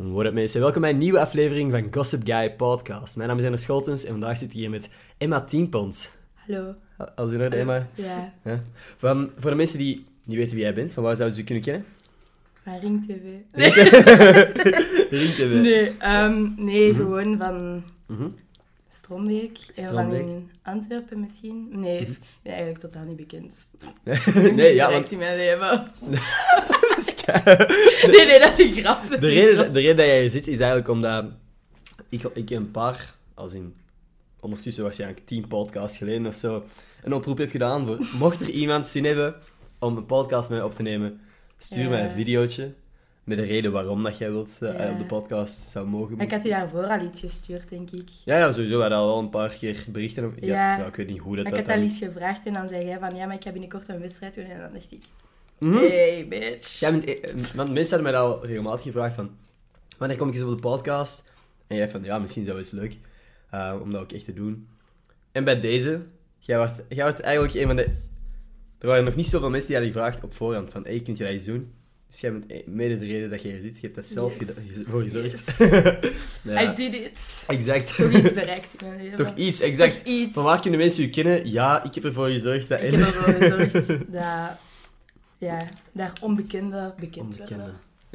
What up mensen, welkom bij een nieuwe aflevering van Gossip Guy Podcast. Mijn naam is Ender Scholtens en vandaag zit ik hier met Emma Tienpont. Hallo. Als u naar Emma. Ja. Voor de mensen die niet weten wie jij bent, van waar zouden ze u kunnen kennen? Van Ring TV. Ring TV. Nee, gewoon van Strombeek. Strombeek. Van in Antwerpen misschien. Nee, ik ben eigenlijk totaal niet bekend. Nee, ja, want... in mijn leven. Dat is kei- Nee, dat is een grap. de reden dat jij hier zit is eigenlijk omdat ik een paar, als in ondertussen waarschijnlijk 10 podcasts geleden of zo, een oproep heb gedaan voor, mocht er iemand zin hebben om een podcast met mij op te nemen, stuur mij een videootje met de reden waarom dat jij wilt op de podcast zou mogen. Maar ik had u daarvoor al iets gestuurd, denk ik. Ja, sowieso. We hadden al een paar keer berichten op. Ja. Ja, ik weet niet hoe dat Maar ik dat had al dan... iets gevraagd en dan zei jij van, ja, maar ik ga binnenkort een wedstrijd doen. En dan dacht ik, Mhm. hey, bitch. Ja, want mensen hadden mij dat al regelmatig gevraagd van, wanneer kom ik eens op de podcast? En jij van, ja, misschien is dat wel eens leuk, om dat ook echt te doen. En bij deze, jij wordt eigenlijk een van de... Er waren nog niet zoveel mensen die hadden gevraagd op voorhand van, hey, kun je dat eens doen? Dus jij bent mede de reden dat jij hier zit. Je hebt dat zelf voor gezorgd. Ja. I did it. Exact. Toch iets bereikt in mijn leven. Toch iets, exact. Toch iets. Van waar kunnen mensen u kennen? Ja, ik heb ervoor gezorgd dat... Ik heb ervoor gezorgd dat onbekende bekend werden.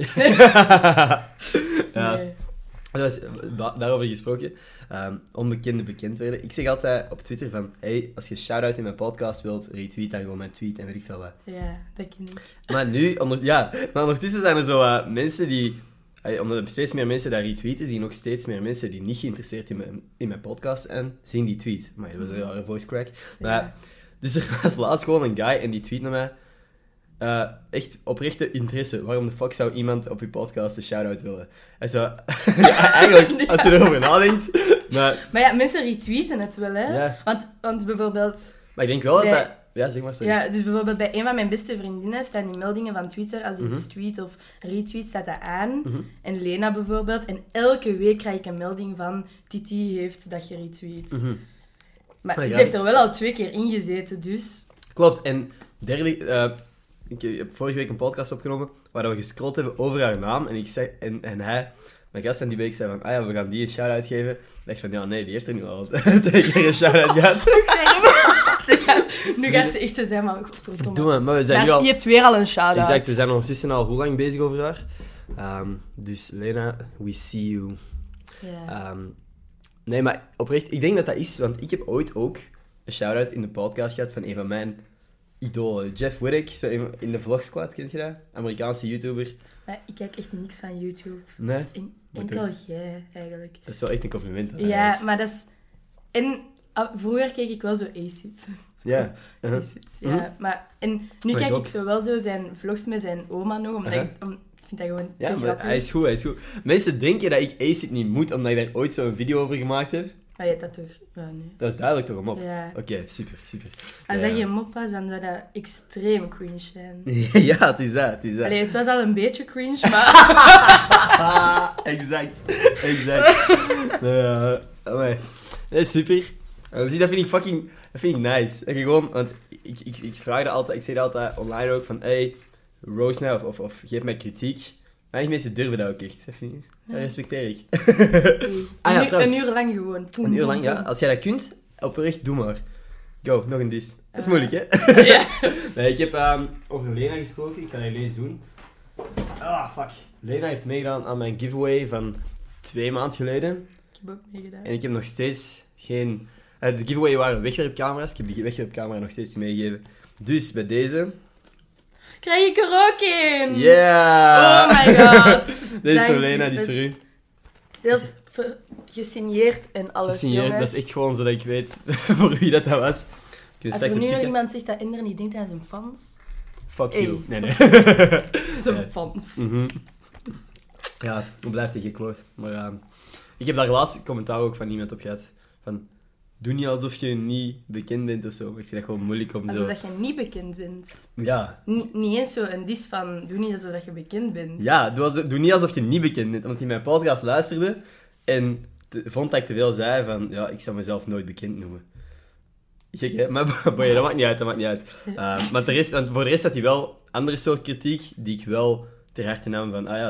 Ja. Nee. Daarover gesproken. Onbekende bekend werden. Ik zeg altijd op Twitter van, hey, als je een shout-out in mijn podcast wilt, retweet dan gewoon mijn tweet en weet ik veel wat. Ja, dat ken ik. Maar nu, ondertussen zijn er zo mensen die... Omdat er steeds meer mensen daar retweeten, zien nog steeds meer mensen die niet geïnteresseerd in mijn podcast zijn, zien die tweet. Maar dat was een rare voice crack. Maar, Ja. Dus er was laatst gewoon een guy en die tweet naar mij. Echt oprechte interesse. Waarom de fuck zou iemand op je podcast een shout-out willen? En zo, ja, eigenlijk, als je erover nadenkt. Maar Maar ja, mensen retweeten het wel, hè. Ja. Want bijvoorbeeld... ik denk wel Nee. dat dat... Ja, zeg maar, sorry. Ja, dus bijvoorbeeld bij een van mijn beste vriendinnen staan die meldingen van Twitter. Als ik iets tweet of retweet, staat dat aan. En Lena bijvoorbeeld. En elke week krijg ik een melding van... Titi heeft dat geretweet. Maar Ja. ze heeft er wel al 2 keer in gezeten, dus... Klopt, en derde... ik heb vorige week een podcast opgenomen waar we gescrolld hebben over haar naam. En ik zei... En hij... Mijn gast aan die week zei van... we gaan die een shout-out geven. Ik dacht van... Ja, nee, die heeft er nu al 2 keer een shout-out gehad. Nu gaat ze echt zo zijn, maar... Godverdomme. Doe maar we zijn Maar nu al... je hebt weer al een shout-out. Exact, we zijn ondertussen al hoe lang bezig over haar. Dus Lena, we see you. Ja. Nee, maar oprecht, ik denk dat dat is, want ik heb ooit ook een shout-out in de podcast gehad van een van mijn idolen, Jeff Wittek, zo in de Vlogsquad, kent je dat? Amerikaanse YouTuber. Maar ik kijk echt niks van YouTube. Nee? Enkel jij, eigenlijk. Dat is wel echt een compliment. Ja, maar dat is... En vroeger keek ik wel zo Acid. Ja. Acid, ja. Maar, en nu My kijk God. ik zo wel zo zijn vlogs met zijn oma nog, omdat ik vind dat gewoon Ja, te maar grappig. hij is goed. Mensen denken dat ik Acid niet moet, omdat ik daar ooit zo'n video over gemaakt heb. Maar je hebt dat toch... Ja, nee. Dat is duidelijk toch een mop? Ja. Oké, super. Als Ja. dat geen mop was, dan zou dat extreem cringe zijn. Ja, het is dat. Allee, het was al een beetje cringe, maar... Exact. Amai. Nee, super. Zie, dat vind ik nice. Dat je gewoon, want ik vraag dat altijd, ik zeg dat altijd online ook van, hey, roast mij of geef mij kritiek. Weinig mensen durven dat ook echt. Dat vind ik, dat respecteer ik. Een uur lang gewoon. Poem, Een uur poem, lang, ja. poem. Als jij dat kunt, oprecht, doe maar. Go, nog een dis. Dat is moeilijk, hè? Ja. Nee, ik heb over Lena gesproken. Ik ga dat eens doen. Fuck. Lena heeft meegedaan aan mijn giveaway van 2 maanden geleden. Ik heb ook meegedaan. En ik heb nog steeds geen... de giveaway waren wegwerpcamera's. Ik heb die wegwerpcamera nog steeds niet meegegeven. Dus bij deze... Krijg ik er ook in? Yeah! Oh my god. Deze is voor Dank Lena, je. die is voor u. Zelfs gesigneerd en alles, Gesigneerd, jongens. dat is echt gewoon zodat ik weet voor wie dat was. Kun je Als straks er nu nog pikken. iemand zegt dat Ender niet denkt aan zijn fans... Fuck Hey. you. Nee. Zijn Ja. fans. Ja, hoe blijft die gekloot. Maar ik heb daar laatst commentaar ook van iemand op gehad. Van, doe niet alsof je niet bekend bent of zo. Ik vind dat gewoon moeilijk om zo... Alsof dat je niet bekend bent. Ja. Niet eens zo een dis van, doe niet alsof dat je bekend bent. Ja, doe niet alsof je niet bekend bent. Omdat hij mijn podcast luisterde en vond dat ik te veel zei van, ja, ik zou mezelf nooit bekend noemen. Gek, hè? Maar boy, dat maakt niet uit. Maar want voor de rest had hij wel andere soort kritiek die ik wel ter harte nam van, ja, dus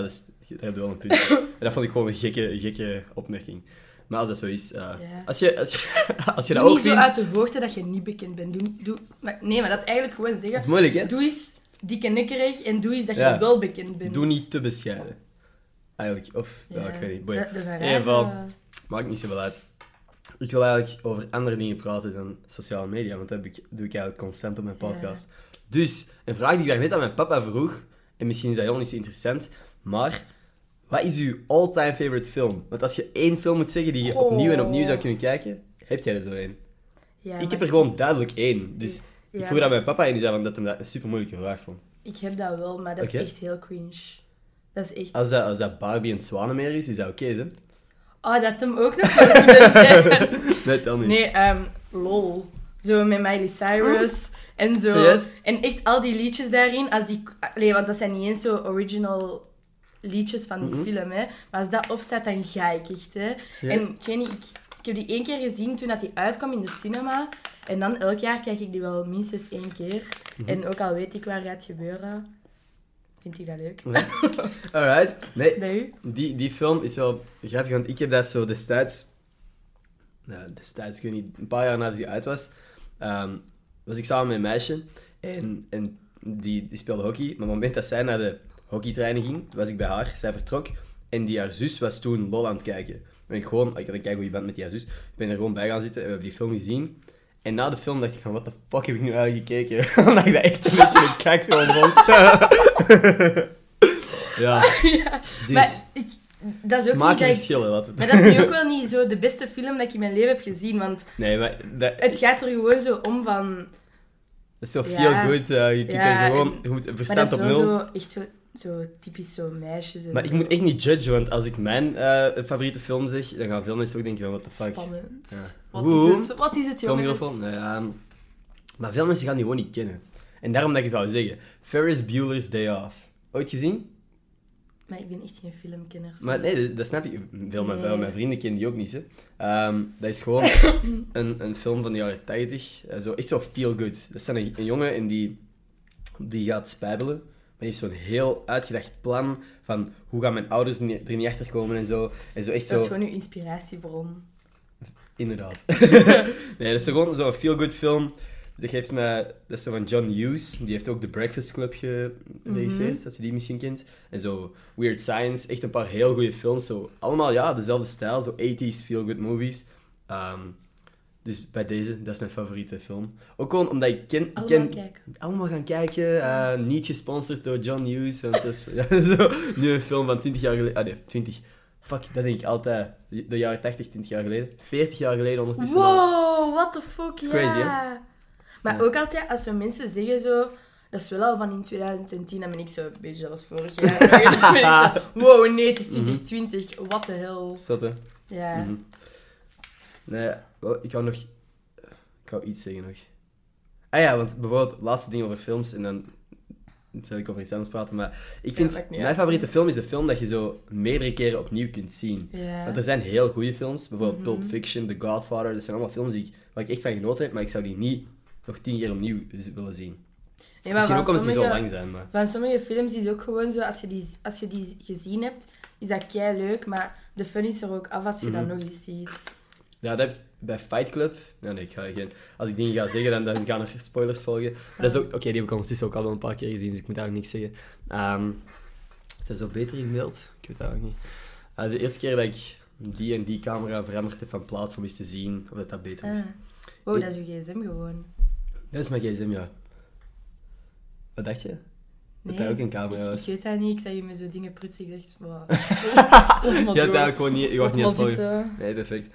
daar heb je wel een punt. En dat vond ik gewoon een gekke opmerking. Maar als dat zo is... Als je dat doe ook niet zo vindt... uit de hoogte dat je niet bekend bent. Maar dat is eigenlijk gewoon zeggen... Dat is moeilijk, hè? Doe eens dikke nekkerig en doe eens dat je wel bekend bent. Doe niet te bescheiden. Eigenlijk. Of, ik weet niet. Boy. Dat is een In ieder geval, rare... maakt niet zoveel uit. Ik wil eigenlijk over andere dingen praten dan sociale media, want dat doe ik eigenlijk constant op mijn podcast. Dus, een vraag die ik daarnet aan mijn papa vroeg, en misschien is dat helemaal niet zo interessant, maar wat is uw all-time favorite film? Want als je één film moet zeggen die je opnieuw en opnieuw zou kunnen kijken, heb jij er zo één? Ja, Ik heb er gewoon duidelijk één. Dus ik vroeg dat aan mijn papa en die zei dat hij dat een super moeilijke vraag vond. Ik heb dat wel, maar dat is echt heel cringe. Dat is echt... Als dat Barbie en het Zwanenmeer is dat oké, hè? Oh, dat hem ook nog wel kunnen zijn. Nee, tel niet. Nee, LOL. Zo met Miley Cyrus en zo. Serieus? En echt al die liedjes daarin, als die... Nee, want dat zijn niet eens zo original liedjes van die film, hè. Maar als dat opstaat, dan ga ik echt, hè. Serieus? En ik weet niet, ik heb die 1 keer gezien toen dat die uitkwam in de cinema. En dan elk jaar kijk ik die wel minstens 1 keer. En ook al weet ik waar gaat gebeuren, vind ik dat leuk. Nee. Alright. Nee, Bij u? die film is wel grappig, want ik heb dat zo destijds... Nou, destijds, ik weet niet, een paar jaar nadat die uit was ik samen met een meisje. En die speelde hockey. Maar op het moment dat zij naar de hockeytraining ging, was ik bij haar. Zij vertrok. En die haar zus was toen LOL aan het kijken. Ben ik had aan het kijken hoe je bent met die haar zus. Ik ben er gewoon bij gaan zitten en we hebben die film gezien. En na de film dacht ik van, what the fuck heb ik nu eigenlijk gekeken? Omdat ik dat echt een beetje een kijkfilm vond. Ja. Ja, Dus, maar dat is ook niet dat ik... smaakverschillen, laten we Maar dat is nu ook wel niet zo de beste film dat ik in mijn leven heb gezien, want Nee, maar het gaat er gewoon zo om van... dat is zo Ja. feel good. Je kunt Ja, er gewoon... en- Je moet Maar verstand dat op is wel nul. zo, echt zo typisch zo meisjes en Maar ik zo. moet echt niet judgen, want als ik mijn favoriete film zeg, dan gaan veel mensen ook denken van, what the fuck. Spannend. Ja. Wat Hoe? is het? Wat is het, Film jongens? heel veel. Maar veel mensen gaan die gewoon niet kennen. En daarom dat ik het wou zeggen. Ferris Bueller's Day Off. Ooit gezien? Maar ik ben echt geen filmkenner. sorry. Maar nee, dat snap ik. Veel Nee. mijn vrienden kennen die ook niet. Hè. Dat is gewoon een film van de jaren 80. Echt zo feel good. Dat is dan een jongen en die gaat spijbelen. Maar die heeft zo'n heel uitgedacht plan van hoe gaan mijn ouders er niet achter komen en zo. En zo echt Dat is zo... gewoon uw inspiratiebron. Inderdaad. Nee, dat is gewoon zo'n feel good film. Dat is zo van John Hughes. Die heeft ook The Breakfast Club geregisseerd, als je die misschien kent. En zo Weird Science. Echt een paar heel goede films. Zo, allemaal, ja, dezelfde stijl. Zo 80s feel-good movies. Dus bij deze, dat is mijn favoriete film. Ook gewoon omdat ik allemaal gaan kijken. Niet gesponsord door John Hughes. Want dat is zo, nu een film van 20 jaar geleden. Nee, 20. Fuck, dat denk ik altijd. De jaren 80, 20 jaar geleden. 40 jaar geleden ondertussen. Wow, what the fuck, is crazy, ja. Maar ook altijd, als zo mensen zeggen zo... Dat is wel al van in 2010, dan ben ik zo een beetje zoals vorig jaar. Dan ben ik zo, wow, nee, het is 2020. What the hell. Zat, hè? Ja. Mhm. Nee, ik wou iets zeggen nog. Ah ja, want bijvoorbeeld, laatste ding over films, en dan zal ik over iets anders praten, maar ik vind, maakt niet mijn uit. favoriete film is de film dat je zo meerdere keren opnieuw kunt zien. Ja. Want er zijn heel goede films, bijvoorbeeld Pulp Fiction, The Godfather, dat zijn allemaal films waar ik echt van genoten heb, maar ik zou die niet nog 10 keer opnieuw willen zien. Nee, maar Misschien ook omdat die zo sommige- lang zijn, maar... Van sommige films is het ook gewoon zo, als je die gezien hebt, is dat kei leuk, maar de fun is er ook af als je dat nog eens ziet. Ja, dat heb je bij Fight Club. Nee, ik ga geen... Als ik dingen ga zeggen, dan gaan er spoilers volgen. Maar dat is ook... Oké, die heb ik ondertussen ook al wel een paar keer gezien, dus ik moet eigenlijk niks zeggen. Het is zo beter in beeld? Ik weet het eigenlijk niet. De eerste keer dat ik die en die camera veranderd heb van plaats om eens te zien of dat beter is. Wow, dat is je gsm gewoon. Dat is mijn gsm, ja. Wat dacht je? Dat dat ook een camera was? Ik weet dat niet. Ik zag je met zo dingen prutsen. Ik dacht, wow. Je had eigenlijk gewoon niet... Je was niet aan het volgen. zitten. Nee, perfect.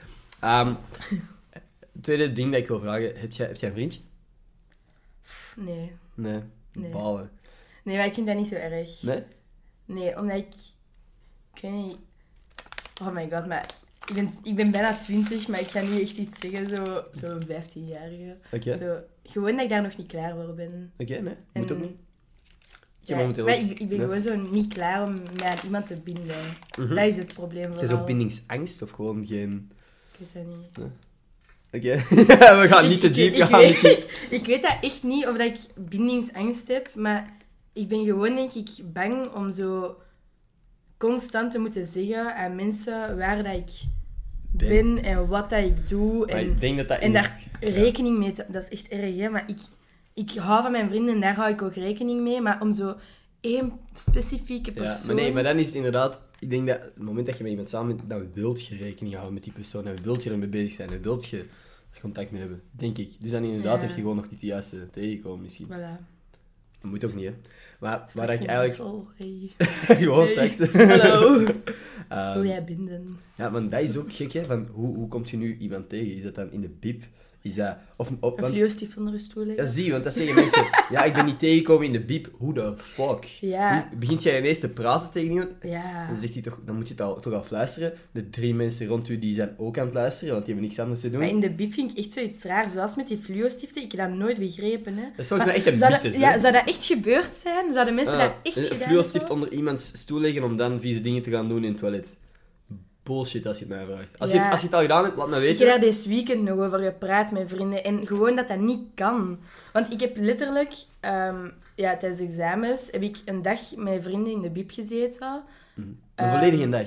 Tweede ding dat ik wil vragen. Heb jij een vriendje? Nee. Nee. Nee. Balen. Nee, maar ik vind dat niet zo erg. Nee? Nee, omdat ik weet niet... Oh my god, maar... Ik ben bijna 20, maar ik ga nu echt iets zeggen, zo'n 15-jarige. Oké. Zo, gewoon dat ik daar nog niet klaar voor ben. Oké, nee. Moet En- ook niet. Ja, momenteel maar ook. ik ben Nee. gewoon zo niet klaar om mij aan iemand te binden. Mhm. Dat is het probleem Heb je vooral. zo bindingsangst of gewoon geen... Ik weet dat niet. Oké. We gaan niet te diep gaan misschien. Ik weet dat echt niet of dat ik bindingsangst heb, maar ik ben gewoon, denk ik, bang om zo constant te moeten zeggen aan mensen waar dat ik ben en wat dat ik doe. Maar ik denk dat en daar rekening mee te... Dat is echt erg, hè. Maar ik hou van mijn vrienden en daar hou ik ook rekening mee. Maar om zo één specifieke persoon... Ja, maar dan is het inderdaad... Ik denk dat het moment dat je met iemand samen bent, dan wilt je rekening houden met die persoon. Dan wilt je ermee bezig zijn. Dan wilt je er contact mee hebben. Denk ik. Dus dan inderdaad heb je gewoon nog niet de juiste tegengekomen misschien. Voilà. Dat moet ook niet, hè. Maar waar ik in eigenlijk... Brussel, hey. Gewoon Hey. straks. Hallo. Wil jij binden? Ja, want dat is ook gek, hè. Van, hoe komt je nu iemand tegen? Is dat dan in de bib? Is dat... Een want, fluostift onder je stoel leggen? ja, zie, want dat zeggen mensen. Ja, ik ben niet tegengekomen in de bib. Hoe the fuck? Ja. Hoe begint jij ineens te praten tegen iemand? Ja. Dan zegt hij toch, dan moet je toch al fluisteren. De 3 mensen rond u die zijn ook aan het luisteren, want die hebben niks anders te doen. Maar in de bib vind ik echt zoiets raar. Zoals met die fluostiften, ik heb dat nooit begrepen. Hè. Dat is volgens mij echt een Zou mythe, dat, hè? ja, zou dat echt gebeurd zijn? Zouden mensen dat echt een gedaan fluostift hebben? onder iemands stoel leggen om dan vieze dingen te gaan doen in het toilet. Bullshit als je het mij vraagt. Als, Ja. je het al gedaan hebt, laat me Ik weten. heb daar deze weekend nog over gepraat met vrienden. En gewoon dat dat niet kan. Want ik heb letterlijk... tijdens examens heb ik een dag met vrienden in de bib gezeten. Een volledige dag.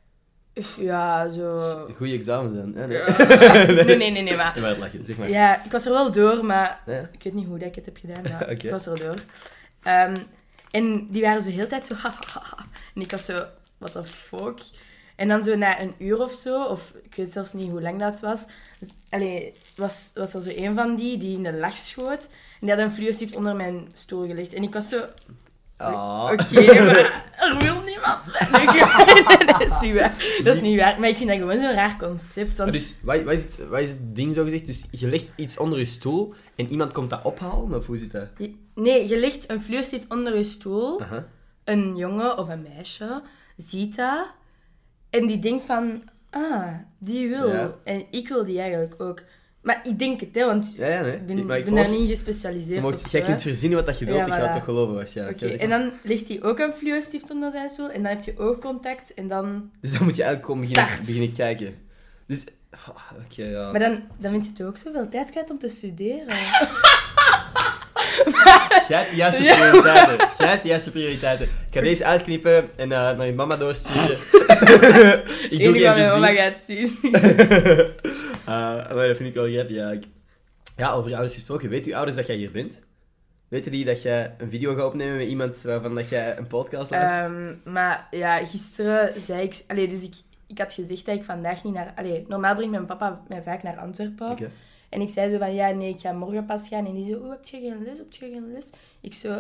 Ja, zo... Goeie examens dan. Hè? Nee. Nee, maar... Ja, maar het lachen, zeg maar. Ja, ik was er wel door, maar... Ja? Ik weet niet hoe dat ik het heb gedaan, maar Oké. ik was er door. En die waren zo de hele tijd zo... En ik was zo... What the fuck? En dan zo na een uur of zo, of ik weet zelfs niet hoe lang dat was... was er zo een van die in de lach schoot. En die had een fluostift onder mijn stoel gelegd. En ik was zo... Ah. Oké, maar er wil niemand bij. Nee, dat is niet waar. Dat is niet waar. Maar ik vind dat gewoon zo'n raar concept. Want... Maar dus, wat is het ding zo gezegd? Dus je legt iets onder je stoel en iemand komt dat ophalen? Of hoe zit dat? Nee, je legt een fluostift onder je stoel. Aha. Een jongen of een meisje ziet dat. En die denkt van... die wil. Ja. En ik wil die eigenlijk ook. Maar ik denk het, hè. Want Ja, nee. ik ben, Maar ik ben daar volg- niet gespecialiseerd of zo, Jij kunt hè. verzinnen wat je wilt, Ja, ik ga het voilà. toch geloven waarschijnlijk. Oké, Ja, en dan legt hij ook een fluostift onder zijn stoel. En dan heb je oogcontact. En dan... Dus dan moet je eigenlijk gewoon Start. beginnen kijken. Dus, oké, ja. Maar dan vind je toch ook zoveel tijd kwijt om te studeren. Jij hebt de juiste prioriteiten. Jij hebt de juiste prioriteiten. Ik ga deze uitknippen en naar je mama doorsturen. Ik doe Enige wat geen mijn mama fysiek. gaat zien. Maar dat vind ik wel grappig, ja. Ja, over je ouders gesproken. Weet uw ouders dat jij hier bent? Weten die dat jij een video gaat opnemen met iemand waarvan dat jij een podcast luistert? Maar ja, gisteren zei ik... Dus ik had gezegd dat ik vandaag niet naar... Normaal brengt mijn papa mij vaak naar Antwerpen. Oké. En ik zei zo van, ja, nee, ik ga morgen pas gaan. En die zo, heb je geen les? Heb je geen les? Ik zo...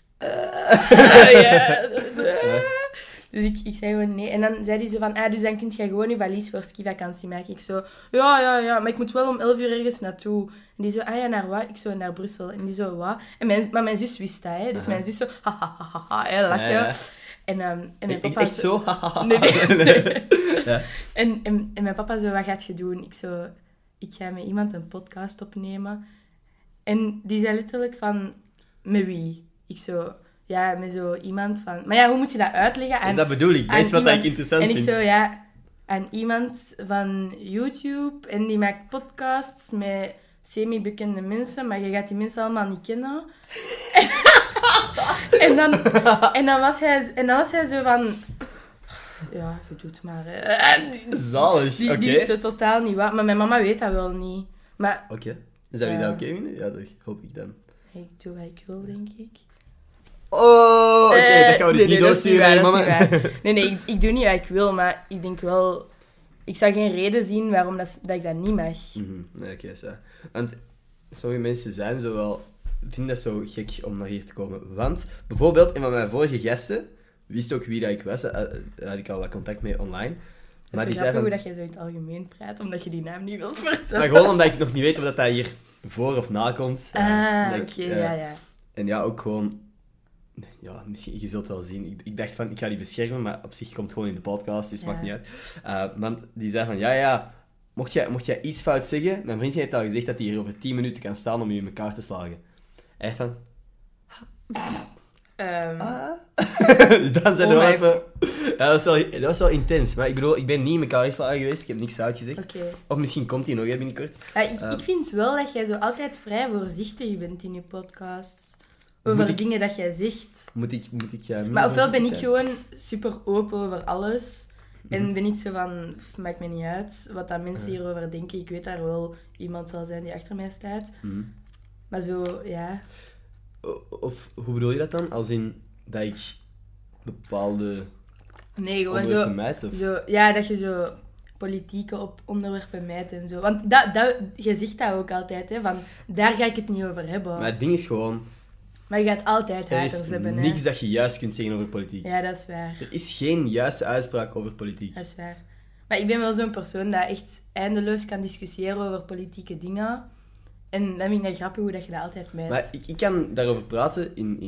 ja. Dus ik zei gewoon nee. En dan zei hij zo van, dus dan kun je gewoon je valies voor skivakantie maken. Ik zo, ja, maar ik moet wel om 11 uur ergens naartoe. En die zo, ja, naar wat? Ik zo, naar Brussel. En die zo, wat? Maar mijn zus wist dat, hè. Dus mijn zus zo, hè, lachen. Ja. En mijn papa... Echt zo? Nee. Ja. En mijn papa zo, wat gaat je doen? Ik zo, ik ga met iemand een podcast opnemen. En die zei letterlijk van, met wie? Ik zo, ja, met zo iemand van... Maar ja, hoe moet je dat uitleggen aan... En dat bedoel ik. Dat is wat iemand- ik interessant En ik vind. zo, ja, aan iemand van YouTube. En die maakt podcasts met semi-bekende mensen. Maar je gaat die mensen allemaal niet kennen. en dan was hij zo van... Ja, je doet maar. Hè. Zalig, Die oké. wist zo totaal niet wat. Maar mijn mama weet dat wel niet. Maar Oké. Zou je Ja. dat oké vinden? Ja, dat hoop ik dan. ik doe wat ik wil, denk ik. Oh, oké, dat gaan we dus niet dat is doorsturen naar je waar, mama. dat is niet waar. Nee, ik doe niet wat ik wil, maar ik denk wel... Ik zou geen reden zien waarom dat ik dat niet mag. Nee, oké, zo. Want sommige mensen zijn zo wel... vinden dat zo gek om naar hier te komen. Want, bijvoorbeeld, een van mijn vorige gasten wist ook wie dat ik was. Daar had ik al wat contact mee online. Maar die die zei hoe van... dat je zo in het algemeen praat, omdat je die naam niet wilt vertellen. Maar gewoon omdat ik nog niet weet of dat hier voor of na komt. Ah, Dat ik, oké, ja. En ja, ook gewoon... Ja, misschien, je zult het wel zien. Ik dacht van, ik ga die beschermen, maar op zich komt het gewoon in de podcast, dus het Ja. maakt niet uit. Want die zei van, ja, mocht jij iets fout zeggen, mijn vriendje heeft al gezegd dat hij hier over 10 minuten kan staan om je in elkaar te slagen. Hij van... Dan zijn we Oh wel my even... Ja, dat was wel intens. Maar ik bedoel, ik ben niet in elkaar geslagen geweest, ik heb niks fout gezegd. Oké. Of misschien komt hij nog, hè, binnenkort. Ik vind wel dat jij zo altijd vrij voorzichtig bent in je podcasts. over dingen dat jij zegt. Moet ik Maar ofwel ben ik zijn? gewoon super open over alles. En ben ik zo van, maakt me niet uit wat dat mensen hierover denken. Ik weet daar wel iemand zal zijn die achter mij staat. Maar zo, ja. Of hoe bedoel je dat dan? Als in dat ik bepaalde Nee, gewoon onderwerpen zo, mijt? Of? zo... Ja, dat je zo politieke onderwerpen mijt en zo. Want je zegt dat ook altijd, hè. Van, daar ga ik het niet over hebben. Maar het ding is gewoon, Maar je gaat altijd er haters is hebben, hè. niks dat je juist kunt zeggen over politiek. Ja, dat is waar. Er is geen juiste uitspraak over politiek. Dat is waar. Maar ik ben wel zo'n persoon dat echt eindeloos kan discussiëren over politieke dingen. En dan vind ik dat grappig hoe dat je dat altijd mijt. Maar ik kan daarover praten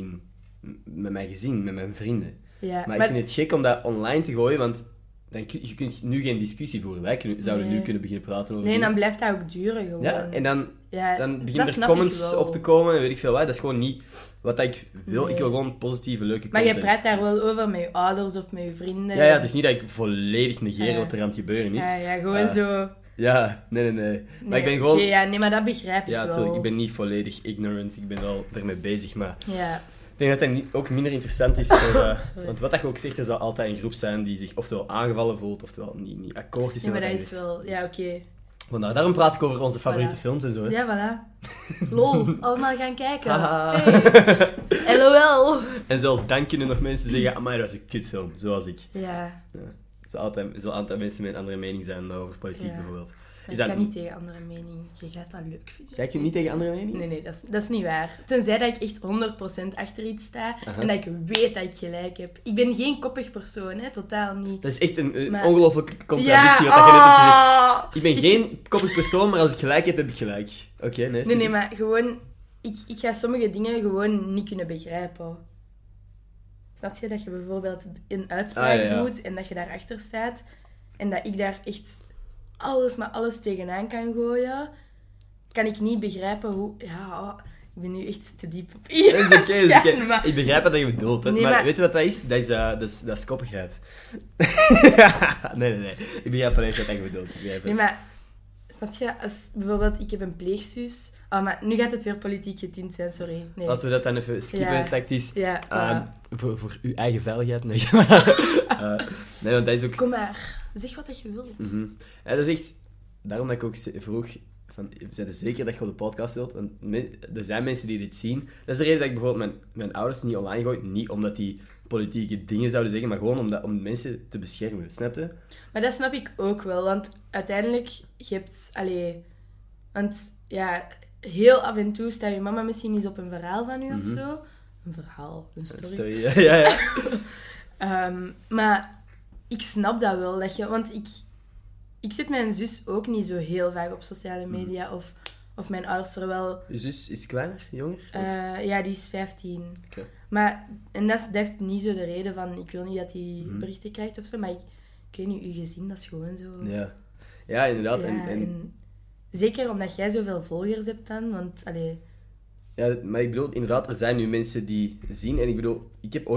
met mijn gezin, met mijn vrienden. Ja, Maar ik vind het gek om dat online te gooien, want je kunt nu geen discussie voeren. Wij zouden nu kunnen beginnen praten over Nee, dingen. dan blijft dat ook duren gewoon. Ja, en dan dat beginnen er snap comments ik wel. op te komen en weet ik veel wat. Dat is gewoon niet wat ik wil. Nee. Ik wil gewoon positieve, leuke Maar content. je praat daar wel over met je ouders of met je vrienden. Ja, het is niet dat ik volledig negeer Ja. wat er aan het gebeuren is. Ja, gewoon zo... Ja, nee. Maar Nee, ik ben gewoon... oké, ja, nee, maar dat begrijp ik Ja, wel. natuurlijk. Ik ben niet volledig ignorant. Ik ben wel ermee bezig, maar... Ja. Ik denk dat dat ook minder interessant is voor... want wat dat je ook zegt, er zal altijd een groep zijn die zich oftewel aangevallen voelt, oftewel niet akkoord is Nee, met maar wat dat je is zegt. wel... Ja, oké. Vandaar, daarom praat ik over onze favoriete Voilà. films en zo. Hè. Ja, voilà. Lol, allemaal gaan kijken. Haha. Hey. LOL. En zelfs dan kunnen nog mensen zeggen, amai, dat was een kutfilm, zoals ik. Ja, Er zullen altijd mensen met een andere mening zijn over politiek Ja. bijvoorbeeld. maar Is ik dat... kan niet tegen andere mening. Je gaat dat leuk vinden. Jij kunt niet tegen andere mening? Nee, dat is niet waar. Tenzij dat ik echt 100% achter iets sta en dat ik weet dat ik gelijk heb. Ik ben geen koppig persoon, hè, totaal niet. Dat is echt een Maar- ongelofelijke contradictie wat je net hebt gezegd. ah! Ik ben geen koppig persoon, maar als ik gelijk heb, heb ik gelijk. Oké, nee. Nee, maar gewoon... Ik ga sommige dingen gewoon niet kunnen begrijpen. Snap je? Dat je bijvoorbeeld een uitspraak Ja. doet en dat je daarachter staat en dat ik daar echt alles tegenaan kan gooien, kan ik niet begrijpen hoe... Ja, ik ben nu echt te diep op Dat is oké, dat is oké. maar- Ik begrijp wat je bedoelt. Hè. Nee, maar maar- weet je wat dat is? Dat is koppigheid. nee. Ik begrijp volledig wat je bedoelt. Ik begrijp het. Nee, maar... Snap je? Als bijvoorbeeld, ik heb een pleegzus... Oh, maar nu gaat het weer politiek getint zijn, sorry. Nee. Laten we dat dan even skippen, Ja. tactisch. Ja, Voor uw eigen veiligheid. Nee, nee, want dat is ook... kom maar. Zeg wat dat je wilt. Mhm. Ja, dat is echt... Daarom dat ik ook vroeg... Zijn zeker dat je op de podcast wilt? Want er zijn mensen die dit zien. Dat is de reden dat ik bijvoorbeeld mijn ouders niet online gooi. Niet omdat die politieke dingen zouden zeggen, maar gewoon om mensen te beschermen. Snap je? Maar dat snap ik ook wel, want uiteindelijk, je hebt... Allee, want ja, heel af en toe staat je mama misschien eens op een verhaal van u of zo. Een verhaal, een story. Ja. Maar ik snap dat wel, dat je... Want ik zet mijn zus ook niet zo heel vaak op sociale media, of mijn ouders er wel... Je zus is kleiner, jonger? Of- Ja, die is 15. Oké. Maar, en dat heeft niet zo de reden van, ik wil niet dat hij berichten krijgt of zo, maar ik weet niet, uw gezin, dat is gewoon zo... Ja, inderdaad. Ja, en zeker omdat jij zoveel volgers hebt dan, want, allee... Ja, maar ik bedoel, inderdaad, er zijn nu mensen die zien. En ik bedoel, ik heb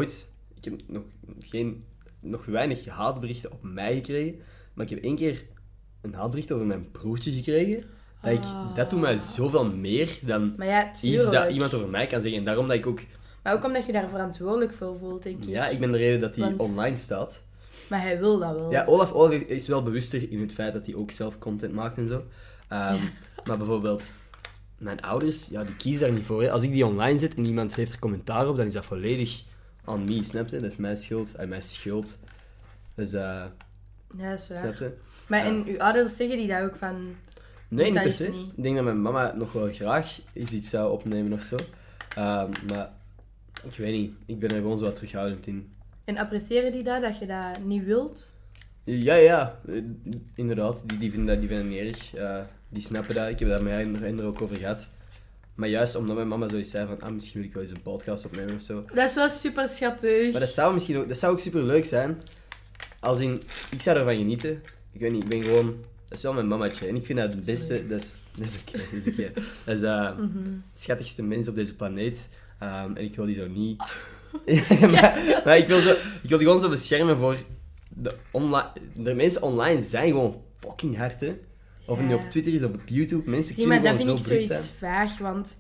nog weinig haatberichten op mij gekregen. Maar ik heb 1 keer een haatbericht over mijn broertje gekregen. Dat doet mij zoveel meer dan Maar ja, iets tuurlijk. dat iemand over mij kan zeggen. En daarom dat ik ook... Maar ook omdat je daar verantwoordelijk voor voelt, denk ik. Ja, ik ben de reden dat hij Want- online staat. Maar hij wil dat wel. Ja, Olaf is wel bewuster in het feit dat hij ook zelf content maakt en zo. Maar bijvoorbeeld, mijn ouders, ja, die kiezen daar niet voor. Hè. Als ik die online zet en iemand heeft er commentaar op, dan is dat volledig on me, snap je? Dat is mijn schuld. Mijn schuld. Dus, Ja, dat is waar. snap je? Maar Ja. en uw ouders zeggen die dat ook van... Nee, niet dat per is se. niet. Ik denk dat mijn mama nog wel graag iets zou opnemen of zo. Maar ik weet niet. Ik ben er gewoon zo wat terughoudend in. En appreciëren die dat je dat niet wilt? Ja, inderdaad. Die vinden dat niet erg. Die snappen dat. Ik heb daar met hen er ook over gehad. Maar juist omdat mijn mama zoiets zei van, misschien wil ik wel eens een podcast opnemen of zo. Dat is wel super schattig. Maar dat zou ook super leuk zijn. Als in, ik zou ervan genieten. Ik weet niet, ik ben gewoon... Dat is wel mijn mamaatje. En ik vind dat het beste... Dat is oké. Dat is de schattigste mens op deze planeet. En ik wil die zo niet... maar ik wil die gewoon zo beschermen voor... De mensen online zijn gewoon fucking hard, hè. Of het nu Ja. op Twitter is of op YouTube. Mensen Zie, maar kunnen dat gewoon vind zo ik brug zoiets zijn. vaag, want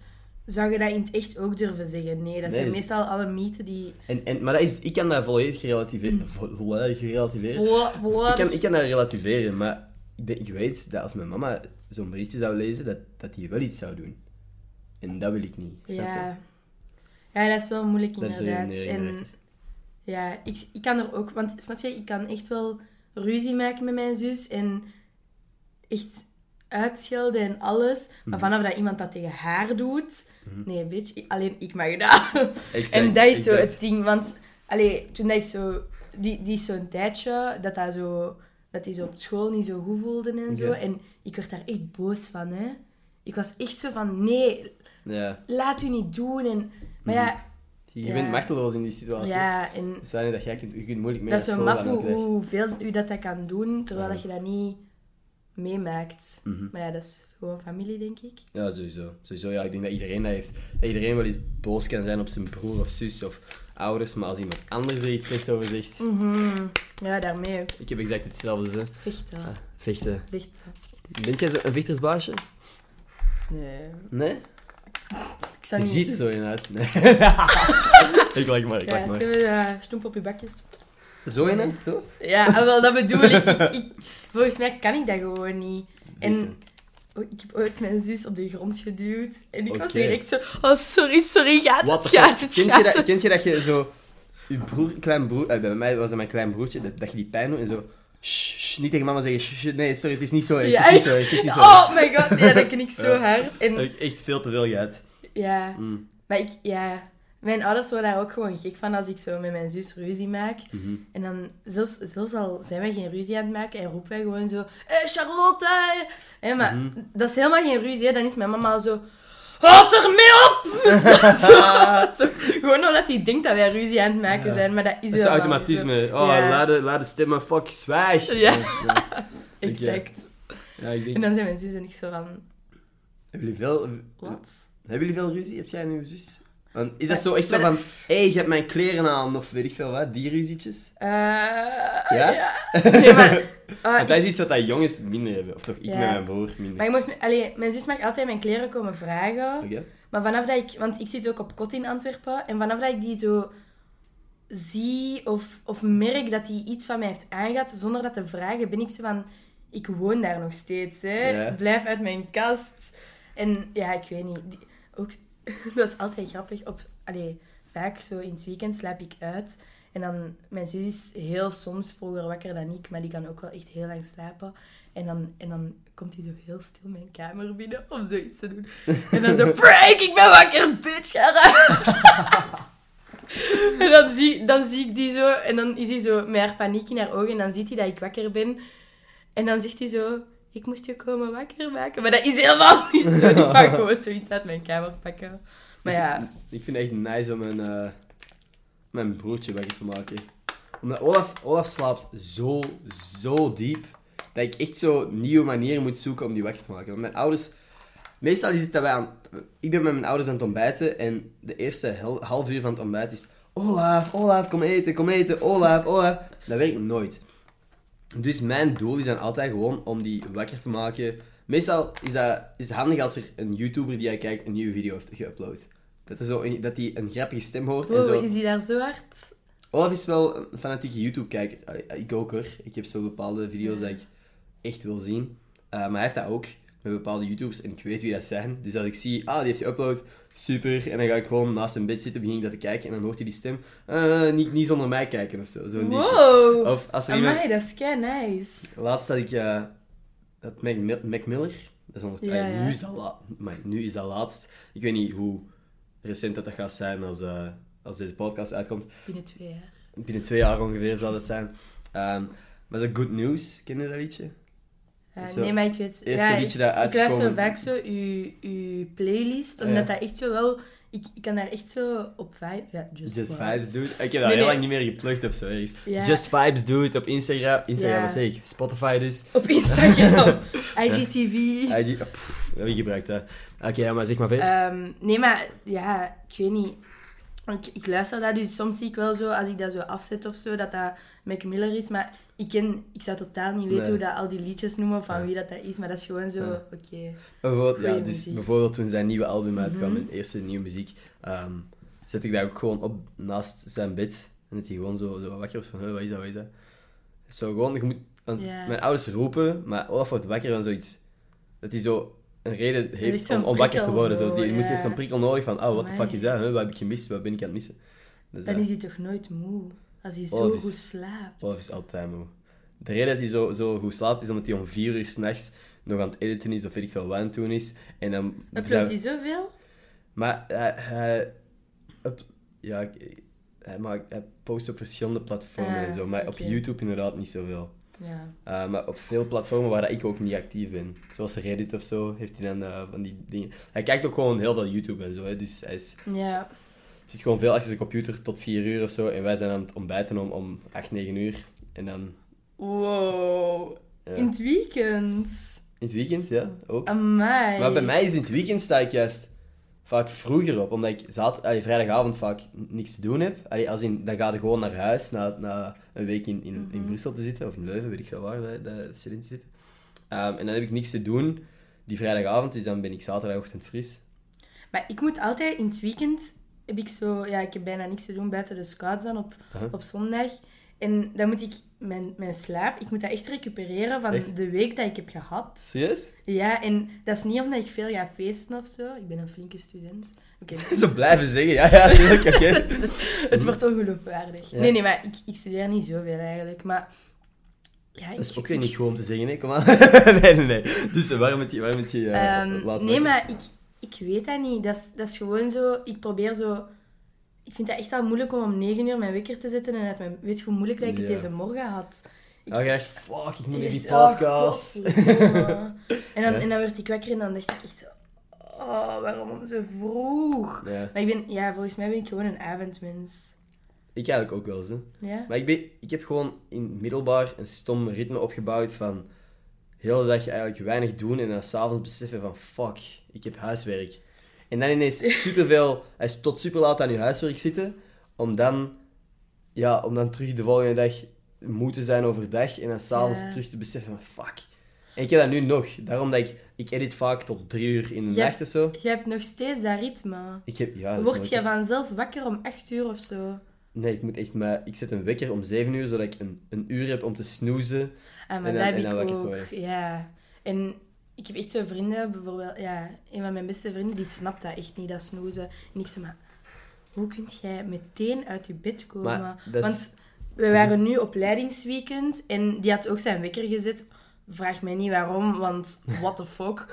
Zou je dat in het echt ook durven zeggen? Nee, dat zijn dus- meestal alle mythen die... Maar ik kan dat volledig relativeren. Volledig relativeren. Ik kan dat relativeren, maar ik weet dat als mijn mama zo'n berichtje zou lezen, dat die wel iets zou doen. En dat wil ik niet. Snap je? Ja, dat is wel moeilijk Dat is de inderdaad. redenering, En ja, ik kan er ook... Want snap je, ik kan echt wel ruzie maken met mijn zus en echt uitschelden en alles. Maar vanaf dat iemand dat tegen haar doet... Nee, bitch, alleen ik mag dat. Exact, En dat is zo exact. het ding, want... toen dat ik zo... Die is zo'n tijdje dat hij zo op school niet zo goed voelde en zo. Oké. En ik werd daar echt boos van, hè. Ik was echt zo van, nee, Ja. laat u niet doen. En, maar ja... Je bent machteloos in die situatie. Ja, en Het is wel niet dat je kunt moeilijk mee dat is naar zo school maf gaan ook weg. hoeveel u dat kan doen, terwijl dat je dat niet meemaakt. Mhm. Maar ja, dat is gewoon familie, denk ik. Ja, sowieso. Sowieso, ja. Ik denk dat iedereen dat heeft. Dat iedereen wel eens boos kan zijn op zijn broer of zus of ouders, maar als iemand anders er iets slecht over zegt... Ja, daarmee ook. Ik heb exact hetzelfde, ze. Vechten. Vechten. Vechten. Bent jij zo een vechtersbaasje? Nee. Nee? Ik zou Je niet... ziet er zo in uit. Nee. ik lach maar, ik lach Ja, maar. hebben snoep op je bakjes. Zo in het? Zo? Ja, wel, dat bedoel ik. Volgens mij kan ik dat gewoon niet. En ik heb ooit mijn zus op de grond geduwd. En ik was Oké. direct zo... Oh, sorry, gaat What het, the gaat fuck? het. Kent je dat je zo... Je klein broer... bij mij was dat mijn klein broertje, dat je die pijn doet en zo... Shh, niet tegen mama zeggen, shh, nee, sorry, het is niet zo erg. Ja, Het is niet zo erg, het is niet zo erg. Oh my god, ja, dat ken ik zo hard. En, Dat heb ik echt veel te veel gehad. ja, Mm. maar mijn ouders worden daar ook gewoon gek van als ik zo met mijn zus ruzie maak. Mhm. En dan, zelfs al zijn wij geen ruzie aan het maken en roepen wij gewoon zo... Hé, Charlotte! Hè, maar dat is helemaal geen ruzie, hè. Dan is mijn mama zo... Houd ermee op! zo, gewoon omdat hij denkt dat wij ruzie aan het maken zijn, maar dat is Dat is helemaal automatisme. niet zo. Oh, Ja. laat de stemmen, fuck, zwijg. Ja. Ja. Exact. Ja, ik denk... En dan zijn mijn zus en ik zo van... Wat? Hebben jullie veel ruzie? Heb jij en uw zus? Want is dat zo echt zo van... Hé, je hebt mijn kleren aan, of weet ik veel wat, die ruzietjes? Ja? Nee, maar... Want dat is iets wat dat jongens minder hebben. Of toch ik Ja. met mijn broer minder. Maar je mag, mijn zus mag altijd mijn kleren komen vragen. Oké. Maar vanaf dat ik... Want ik zit ook op kot in Antwerpen. En vanaf dat ik die zo zie of merk dat hij iets van mij heeft aangehad, zonder dat te vragen, ben ik zo van... Ik woon daar nog steeds, hè. Ja. Blijf uit mijn kast. En ja, ik weet niet. Ook, dat is altijd grappig. Vaak zo in het weekend slaap ik uit. En dan... Mijn zus is heel soms vroeger wakker dan ik, maar die kan ook wel echt heel lang slapen. En dan komt hij zo heel stil mijn kamer binnen om zoiets te doen. En dan zo... Prank, ik ben wakker, bitch, ga eruit! En dan zie ik die zo... En dan is hij zo met haar paniek in haar ogen. En dan ziet hij dat ik wakker ben. En dan zegt hij zo... Ik moest je komen wakker maken. Maar dat is helemaal niet zo. Die mag gewoon zoiets uit mijn kamer pakken. Maar ja... Ik vind het echt nice om mijn broertje wakker te maken. Omdat Olaf slaapt zo diep, dat ik echt zo nieuwe manieren moet zoeken om die wakker te maken. Want mijn ouders... Meestal is het dat ik ben met mijn ouders aan het ontbijten en de eerste half uur van het ontbijt is... Olaf, kom eten, Olaf. Dat werkt nooit. Dus mijn doel is dan altijd gewoon om die wakker te maken. Meestal is het handig als er een YouTuber die jij kijkt een nieuwe video heeft geüpload. Dat hij een grappige stem hoort en zo. Is die daar zo hard? Olaf is wel een fanatieke YouTube-kijker. Ik ook hoor. Ik heb zo bepaalde video's dat ik echt wil zien. Maar hij heeft dat ook met bepaalde YouTubers en ik weet wie dat zijn. Dus als ik zie, die heeft geüpload, super. En dan ga ik gewoon naast zijn bed zitten, begin ik dat te kijken en dan hoort hij die stem. Niet zonder mij kijken of zo. Zo Wow! of als er iemand... Amai, dat is kei nice. Laatst had ik dat Mac Miller. Dat is Ja. nu is dat laatst. Ik weet niet hoe recent dat gaat zijn als deze podcast uitkomt. Binnen 2 jaar. Binnen 2 jaar ongeveer zal dat zijn. Maar zo Good News, ken je dat liedje? Zo, Nee, maar ik weet... eerste liedje dat ik uitgekomen... luister vaak zo uw playlist, omdat dat echt zo wel... Ik kan daar echt zo op vibe... Ja, Just Vibes, dude. Ik heb dat Nee. heel lang niet meer geplukt of zo ergens. Ja. Just Vibes, dude, op Instagram. Ja. Wat zeg ik? Spotify dus. Op Instagram, IGTV. Wie gebruikt dat? Oké, ja, maar zeg maar verder. Nee, maar ja, ik weet niet. Ik luister dat, dus soms zie ik wel zo, als ik dat zo afzet of zo, dat Mac Miller is. Maar ik zou totaal niet weten hoe dat al die liedjes noemen of van wie dat is. Maar dat is gewoon zo, oké. Bijvoorbeeld toen zijn nieuwe album uitkwam, en eerste nieuwe muziek, zet ik dat ook gewoon op naast zijn bed. En dat hij gewoon zo wakker was van, wat is dat? Zo gewoon, je moet... Want mijn ouders roepen, maar Olaf wordt wakker van zoiets... Dat hij zo een reden heeft om wakker te worden. Zo. Die moet heeft zo'n prikkel nodig van, what the fuck is dat? Wat heb ik gemist? Wat ben ik aan het missen? Dus, dan is hij toch nooit moe? Als hij zo goed slaapt. Olaf is altijd moe. De reden dat hij zo goed slaapt, is omdat hij om 4 uur 's nachts nog aan het editen is, of weet ik veel wat aan het doen is. En dan... Uploadt hij zoveel? Maar hij post op verschillende platformen en zo, maar op YouTube inderdaad niet zoveel. Ja. Maar op veel platformen waar ik ook niet actief ben, zoals Reddit of zo, heeft hij dan van die dingen. Hij kijkt ook gewoon heel veel YouTube en zo, hè, dus hij zit gewoon veel achter zijn computer tot 4 uur of zo, en wij zijn aan het ontbijten om 8, 9 uur. En dan... Wow. Ja. In het weekend? In het weekend, ja, ook. Amai. Maar bij mij is in het weekend sta ik juist vaak vroeger op, omdat ik vrijdagavond vaak niks te doen heb. Dan ga je gewoon naar huis na een week in Brussel te zitten, of in Leuven, weet ik veel waar de studenten zitten. En dan heb ik niks te doen die vrijdagavond, dus dan ben ik zaterdagochtend fris. Maar ik moet altijd in het weekend, ik heb bijna niks te doen buiten de scouts dan op zondag. En dan moet ik mijn slaap, ik moet dat echt recupereren van de week dat ik heb gehad. Serieus? Ja, en dat is niet omdat ik veel ga feesten of zo. Ik ben een flinke student. Okay. Zo blijven zeggen, ja, natuurlijk, oké. Het wordt ongeloofwaardig. Ja. Nee, maar ik studeer niet zoveel eigenlijk, maar... Ja, dat is ook weer niet gewoon om te zeggen, hè, kom aan. nee. Dus waarom moet je laten nee, maar ik weet dat niet. Dat is gewoon zo, ik probeer zo... Ik vind het echt al moeilijk om 9 uur mijn wekker te zetten en weet je hoe moeilijk dat ik het deze morgen had. Ik dacht, fuck, ik moet naar die podcast. En dan werd ik wakker en dan dacht ik echt zo... waarom zo vroeg? Ja. Maar volgens mij ben ik gewoon een avondmens. Ik eigenlijk ook wel eens, hè. Ja? Maar ik heb gewoon in middelbaar een stom ritme opgebouwd van... De hele dag eigenlijk weinig doen en dan 's avonds beseffen van... Fuck, ik heb huiswerk. En dan ineens hij is tot super laat aan je huiswerk zitten, om dan terug de volgende dag moe te zijn overdag en dan s'avonds terug te beseffen van fuck. En ik heb dat nu nog, daarom dat ik edit vaak tot 3 uur in de nacht of zo. Je hebt nog steeds dat ritme. Word je vanzelf wakker om 8 uur of zo? Nee, ik zet een wekker om 7 uur, zodat ik een uur heb om te snoezen. Maar dat heb ik ook, ja. En... Ik heb echt zo vrienden, bijvoorbeeld... Ja, een van mijn beste vrienden, die snapt dat echt niet, dat snoezen. En ik zei, maar... Hoe kun jij meteen uit je bed komen? Want we waren nu op leidingsweekend en die had ook zijn wekker gezet. Vraag mij niet waarom, want what the fuck.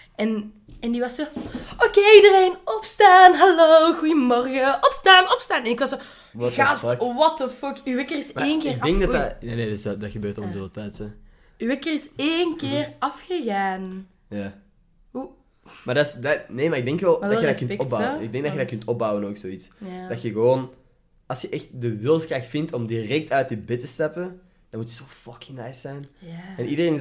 En die was zo... Oké, iedereen, opstaan, hallo, goedemorgen, opstaan. En ik was zo... Gast, what the fuck, uw wekker is 1 keer ik denk dat... Nee, dat gebeurt om zo'n tijd, hè. Uw wekker is 1 keer afgegaan. Ja. Hoe? Maar maar ik denk wel dat je dat kunt opbouwen. Zo? Ik denk dat je dat kunt opbouwen ook, zoiets. Ja. Dat je gewoon... Als je echt de wilskracht vindt om direct uit je bed te stappen, dan moet het zo fucking nice zijn. Ja. En iedereen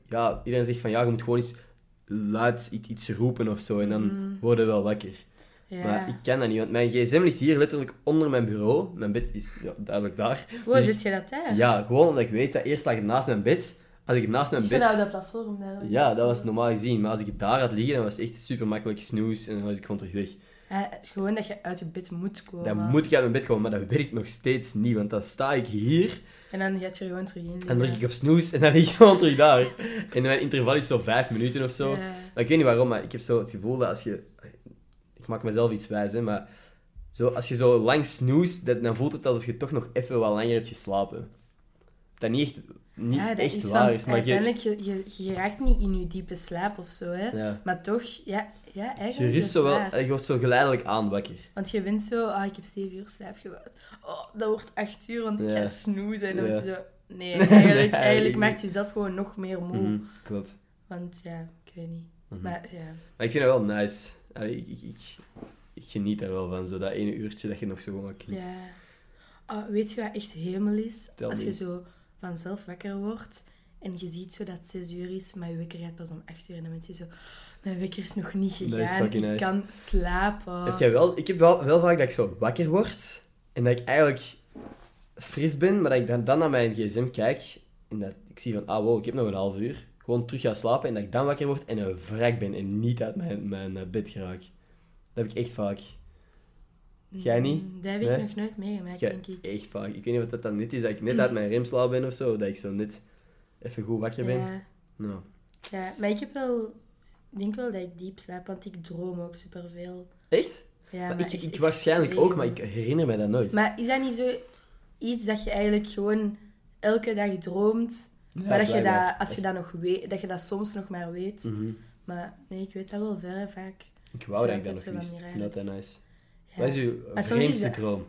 zegt van, je moet gewoon iets luids, iets roepen of zo, en dan worden we wel wakker. Ja. Maar ik kan dat niet, want mijn gsm ligt hier letterlijk onder mijn bureau. Mijn bed is duidelijk daar. Hoe zit je dat daar? Ja, gewoon omdat ik weet dat eerst lag het naast mijn bed. Als ik het naast mijn bed... Ik zit op dat platform daar. Ja, dat was normaal gezien. Maar als ik het daar had liggen, dan was het echt super makkelijk snoes en dan was ik gewoon terug weg. Gewoon dat je uit je bed moet komen. Dan moet ik uit mijn bed komen, maar dat werkt nog steeds niet. Want dan sta ik hier... En dan gaat je er gewoon terug in. Dan druk ik op snoes en dan lig ik gewoon terug daar. En mijn interval is zo 5 minuten of zo. Ja. Maar ik weet niet waarom, maar ik heb zo het gevoel dat als je... Ik maak mezelf iets wijs, hè, maar... Als je zo lang snoest, dan voelt het alsof je toch nog even wat langer hebt geslapen. Dat niet echt waar is. Maar uiteindelijk, je raakt niet in je diepe slaap of zo, hè. Ja. Maar toch, eigenlijk je rust zo wel, je wordt zo geleidelijk aan wakker. Want je bent zo, ik heb 7 uur slaap gebouwd. Dat wordt 8 uur, want ik ga snoezen. En dan moet je zo... Nee, eigenlijk maakt je jezelf gewoon nog meer moe. Klopt. Want ik weet niet. Maar ik vind dat wel nice. Ik geniet er wel van, zo dat ene uurtje dat je nog zo gewoon kniet. Ja. Weet je wat echt hemel is? Als je zo vanzelf wakker wordt En je ziet zo dat het 6 uur is, maar je wekker gaat pas om 8 uur. En dan ben je zo... Mijn wekker is nog niet Dat is gegaan. fucking Ik nice. kan slapen. Ik heb wel vaak dat ik zo wakker word. En dat ik eigenlijk fris ben, maar dat ik dan naar mijn gsm kijk. En dat ik zie van, wow, ik heb nog een half uur. Gewoon terug gaan slapen. En dat ik dan wakker word en een wrak ben. En niet uit mijn bed geraak. Dat heb ik echt vaak. Jij niet? Dat heb ik nog nooit meegemaakt, denk ik. Echt vaak. Ik weet niet wat dat dan net is. Dat ik net uit mijn remslaap ben of zo. Dat ik zo net even goed wakker ben. Ja. Nou. Ja, maar ik denk wel dat ik diep slaap, want ik droom ook superveel. Echt? Ja, maar maar ik echt waarschijnlijk extreem. ook, maar ik herinner mij dat nooit. Maar is dat niet zo iets dat je eigenlijk gewoon elke dag droomt, Ja, maar dat je blijkbaar. dat, als je dat nog weet, dat je dat soms nog maar weet. Mhm. Maar nee, ik weet dat wel vrij vaak. Ik wou dat ik snap dat het nog zo wist. van Ik die vind dat nice. Ja. Wat is uw Maar soms vreemdste is dat- droom?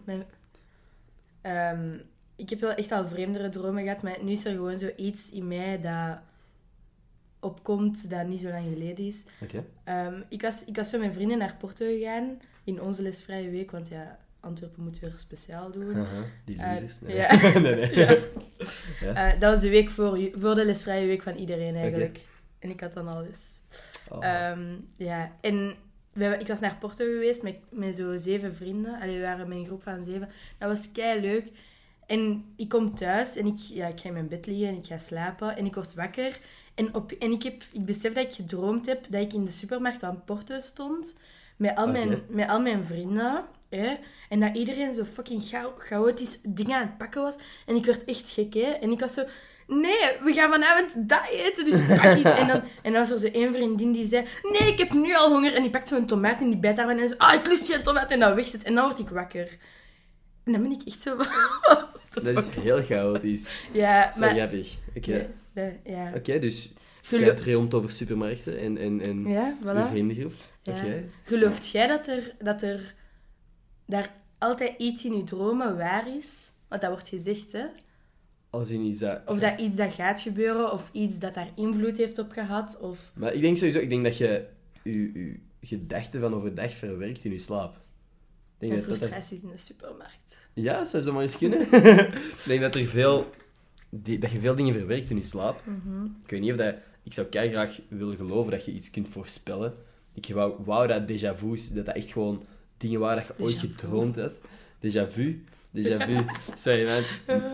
Ik heb wel echt al vreemdere dromen gehad, maar nu is er gewoon zoiets in mij dat opkomt dat niet zo lang geleden is. Oké. Ik was zo met vrienden naar Porto gegaan in onze lesvrije week, want ja, Antwerpen moet weer speciaal doen. Haha, die losers. Nee. ja. nee. Ja. Ja. Dat was de week voor de lesvrije week van iedereen eigenlijk. En ik had dan al les. Oh. Ja, en ik was naar Porto geweest met zo 7 vrienden. Allee, we waren met een groep van 7. Dat was kei leuk. En ik kom thuis en ik ga in mijn bed liggen en ik ga slapen. En ik word wakker. En ik besef dat ik gedroomd heb dat ik in de supermarkt aan Porto stond. Met al mijn vrienden. Hè? En dat iedereen zo fucking chaotisch dingen aan het pakken was. En ik werd echt gek, hè. En ik was zo... Nee, we gaan vanavond dat eten, dus pak iets. En dan was er zo één vriendin die zei... Nee, ik heb nu al honger. En die pakt zo'n tomaat en die bijt daarvan en zo... ik lust geen tomaat. En dan wegzet. En dan word ik wakker. En dan ben ik echt zo... Dat is heel chaotisch. Ja, Zo maar... grappig. Oké, Ja. dus Gelo- je hebt rond over supermarkten en Ja, je voilà. vriendengroep. Ja. Oké. Gelooft jij dat er daar altijd iets in je dromen waar is? Want dat wordt gezegd, hè? Als in iets dat... Of dat iets dat gaat gebeuren, of iets dat daar invloed heeft op gehad, of... Maar ik denk sowieso dat je je gedachten van overdag verwerkt in je slaap. Ik denk Mijn dat frustratie in de supermarkt. Ja, dat zou zomaar eens kunnen. Ik denk dat dat je veel dingen verwerkt in je slaap. Ik weet niet of dat... Ik zou graag willen geloven dat je iets kunt voorspellen. Ik wou dat déjà vu is, dat echt gewoon dingen waren dat je ooit Déjà vu. gedroomd hebt. Déjà vu. Sorry, man.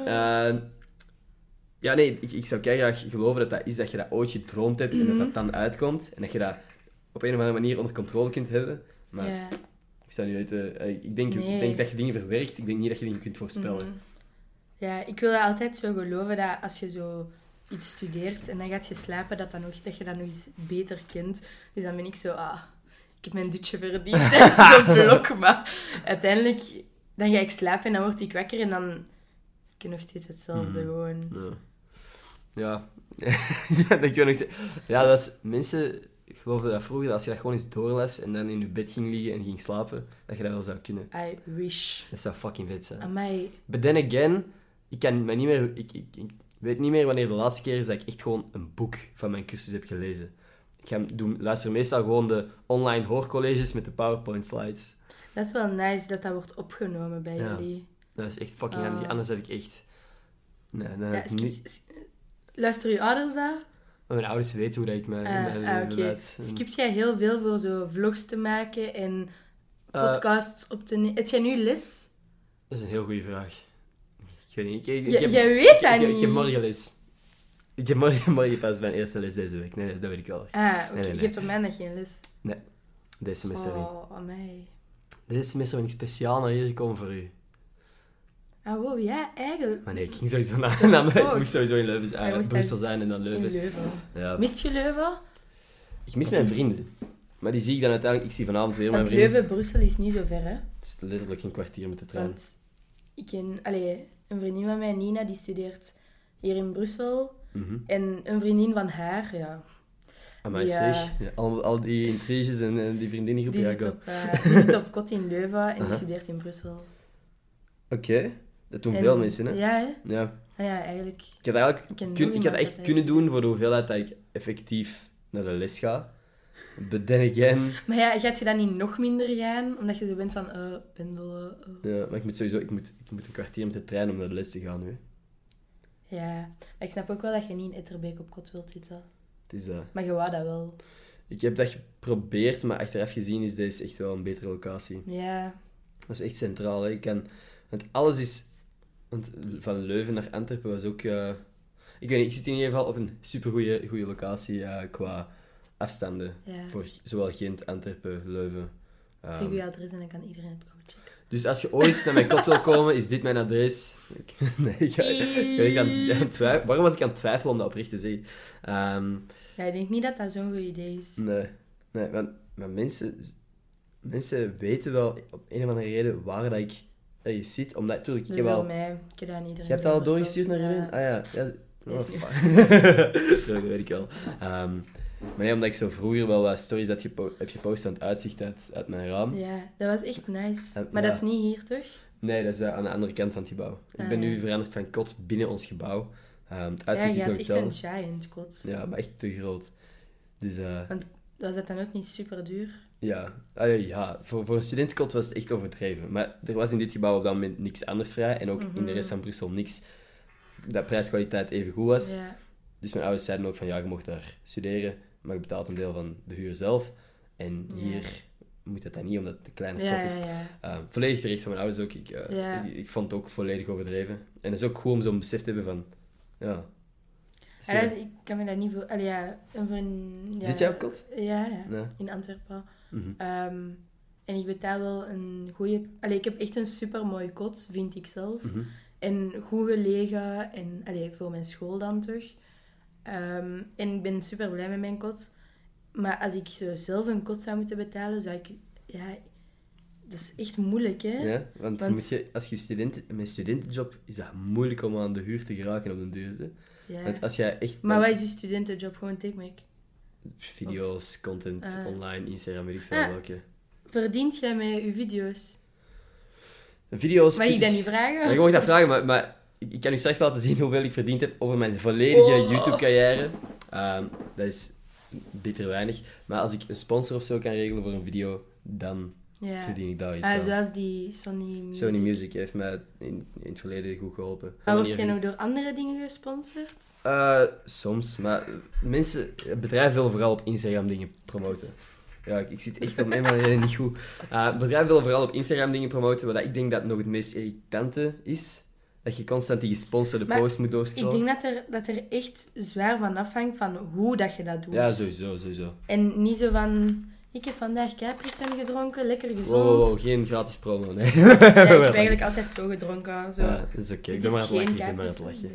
Ja, nee, ik zou graag geloven dat is dat je dat ooit gedroomd hebt en dat dan uitkomt. En dat je dat op een of andere manier onder controle kunt hebben. Maar Ja. ik zou niet weten... Ik denk dat je dingen verwerkt. Ik denk niet dat je dingen kunt voorspellen. Ja, ik wil dat altijd zo geloven dat als je zo iets studeert en dan gaat je slapen, dat je dat nog eens beter kent. Dus dan ben ik zo, ik heb mijn dutje verdiend tijdens de blok. Maar uiteindelijk, dan ga ik slapen en dan word ik wakker en dan ik heb nog steeds hetzelfde gewoon. Ja. Ja, dat kan ik zeggen. Ja, dat is... Mensen geloofden dat vroeger, dat als je dat gewoon eens doorlas en dan in je bed ging liggen en ging slapen, dat je dat wel zou kunnen. I wish. Dat zou fucking vet zijn. Amai. But then again, ik kan me niet meer... Ik weet niet meer wanneer de laatste keer is dat ik echt gewoon een boek van mijn cursus heb gelezen. Luister meestal gewoon de online hoorcolleges met de PowerPoint slides. Dat is wel nice dat dat wordt opgenomen bij Ja. jullie. Dat is echt fucking handy. Anders heb ik echt... Nee, Ja, niet... luister je ouders dat? Maar mijn ouders weten hoe dat ik me... Oké. Skipt jij heel veel voor zo vlogs te maken en podcasts op te nemen? Heb jij nu les? Dat is een heel goede vraag. Ik weet niet. Jij weet dat Ik niet. heb morgen les. Ik heb morgen pas mijn eerste les deze week. Nee, dat weet ik wel. Oké. Nee. Je hebt op maandag geen les. Nee, deze semester niet. Oh, amai. Deze semester ben ik speciaal naar hier gekomen voor u. Ah, wow, ja, eigenlijk. Maar nee, ik ging sowieso ik moest sowieso in Leuven zijn, je moest Brussel zijn en dan In Leuven. Leuven. Ja. Mist je Leuven? Ik mis mijn vrienden. Maar die zie ik dan uiteindelijk... Ik zie vanavond weer mijn Want vrienden. Leuven-Brussel is niet zo ver, hè? Het is letterlijk een kwartier met de trein. Want ik ken... een vriendin van mij, Nina, die studeert hier in Brussel. Mhm. En een vriendin van haar, ja... Amai, Ja. zeg. Ja, al die intriges en die vriendinnengroep. Die Ja, zit, go. die zit op kot in Leuven en die Aha. studeert in Brussel. Oké. Dat doen En- veel mensen, hè? Ja, hè? Ja. Ah, ja, eigenlijk. Ik had eigenlijk Ik ken nog ik had iemand echt dat kunnen heeft. doen voor de hoeveelheid dat ik effectief naar de les ga. But then again... Maar ja, gaat je dan niet nog minder gaan? Omdat je zo bent van, pendelen. Ja, maar ik moet sowieso... Ik moet een kwartier met de trein om naar de les te gaan nu. Ja, maar ik snap ook wel dat je niet in Etterbeek op kot wilt zitten. Het is, Maar je wou dat wel. ik heb dat geprobeerd, maar achteraf gezien is deze echt wel een betere locatie. Ja. Dat is echt centraal. Hè. Want alles is... Want van Leuven naar Antwerpen was ook... ik weet niet, ik zit in ieder geval op een supergoeie locatie qua afstanden. Ja. Voor zowel Gent, Antwerpen, Leuven. Zeg je adres en dan kan iedereen het komen checken. Dus als je ooit naar mijn kot wil komen, is dit mijn adres. Nee, ik ga aan twijfelen. Waarom was ik aan het twijfelen om dat oprecht te zeggen? Ja, ik denk niet dat dat zo'n goed idee is. Nee, maar mensen weten wel op een of andere reden waar dat ik ergens zit. Omdat, natuurlijk, ik Dus heb wel al... mij. Ik heb dat aan iedereen. Je hebt dat al verteld. doorgestuurd naar iedereen? Ah ja. Nee, is niet fuck. Dat weet ik wel. Maar nee, omdat ik zo vroeger wel wat stories heb gepost aan het uitzicht uit mijn raam. Ja, dat was echt nice. En, Maar ja. dat is niet hier, toch? Nee, dat is aan de andere kant van het gebouw. Ik ben nu ja. veranderd van kot binnen ons gebouw. Het Ja, uitzicht je is had nog echt hetzelfde. een giant kot. Ja, maar echt te groot. Dus Was dat dan ook niet super duur? ja, ja voor een studentenkot was het echt overdreven. Maar er was in dit gebouw op dat moment niks anders vrij. En ook in de rest van Brussel niks dat prijskwaliteit even goed was. Ja. Dus mijn ouders zeiden ook van ja, je mocht daar studeren, maar je betaalt een deel van de huur zelf. En hier moet dat dan niet, omdat het een kleine kot is. Volledig terecht van mijn ouders ook. Ik vond het ook volledig overdreven. En het is ook goed om zo'n besef te hebben van... Ja. Ik kan me dat niet voor... Allee, ja, een vriend... Ja. Zit jij op kot? Ja, Nee. in Antwerpen. Mhm. En ik betaal wel een goede... Allee, ik heb echt een super mooi kot, vind ik zelf. Mhm. En goed gelegen. En voor mijn school dan terug. En ik ben super blij met mijn kot. Maar als ik zo zelf een kot zou moeten betalen, zou ik... Ja, dat is echt moeilijk, hè? Ja, want moet je, als je met studentenjob is dat moeilijk om aan de huur te geraken op den duurste. Ja. Want als jij echt... Maar wat is je studentenjob? Gewoon TakeMake? Video's, content, online, Instagram, weet ik veel welke. Verdient jij met je video's? Video's... Mag ik dat niet vragen? Ja, je mag dat vragen, maar ik kan u straks laten zien hoeveel ik verdiend heb over mijn volledige YouTube-carrière. Dat is bitter weinig. Maar als ik een sponsor of zo kan regelen voor een video, dan verdien ik daar iets aan. Zoals die Sony Music. Sony Music heeft mij in het verleden goed geholpen. Maar word jij nog door andere dingen gesponsord? Soms, maar bedrijven willen vooral op Instagram dingen promoten. Ja, ik zit echt op een of andere reden niet goed. Bedrijven willen vooral op Instagram dingen promoten, wat ik denk dat nog het meest irritante is. Dat je constant die gesponsorde post moet doorscrollen. Ik denk dat er echt zwaar van afhangt van hoe dat je dat doet. Ja, sowieso. En niet zo van... Ik heb vandaag Capri-Sun gedronken, lekker gezond. Wow, geen gratis promo, nee. Ja, ik heb eigenlijk altijd zo gedronken. Zo. Ja, dat is oké. Ik ben maar aan het lachen.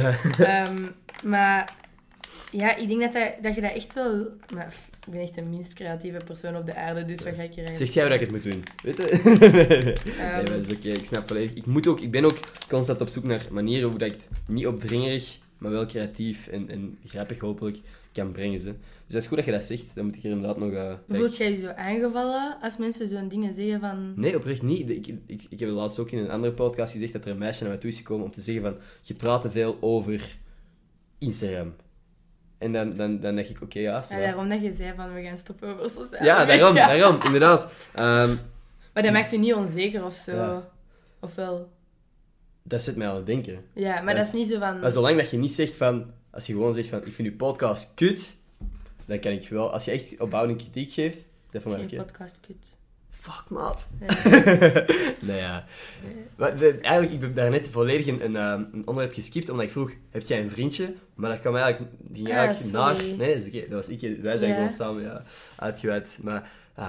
Nee. Maar ja, ik denk dat je dat echt wel... Maar, ik ben echt de minst creatieve persoon op de aarde, dus wat ga ik hier eigenlijk... Zeg jij dat ik het moet doen? Weet je? Nee, maar dat is oké. Ik snap volledig. Ik ben ook constant op zoek naar manieren hoe dat ik het niet opdringerig, maar wel creatief en grappig hopelijk kan brengen. Ze. Dus dat is goed dat je dat zegt. Dan moet ik er inderdaad nog... Voelt jij je zo aangevallen als mensen zo'n dingen zeggen van... Nee, oprecht niet. Ik heb laatst ook in een andere podcast gezegd dat er een meisje naar mij toe is gekomen om te zeggen van... Je praat te veel over Instagram. En dan dacht ik, oké, ja. Daarom dat je zei van, we gaan stoppen over sociale Ja, daarom, inderdaad. Maar dat maakt je niet onzeker of zo. Ja. Of wel? Dat zit mij aan het denken. Ja, maar dat is niet zo van... Maar zolang dat je niet zegt van... Als je gewoon zegt van, ik vind je podcast kut, dan kan ik wel... Als je echt opbouwende kritiek geeft, dat van mij Geen oké. podcast kut. Fuck, maat. Ja. Nee, ja. Maar eigenlijk, ik heb daarnet volledig een onderwerp geskipt, omdat ik vroeg, heb jij een vriendje? Maar dat kwam eigenlijk, ging eigenlijk naar... sorry. Nee, dat is oké. Dat was ik. Wij zijn gewoon samen uitgeweid. Maar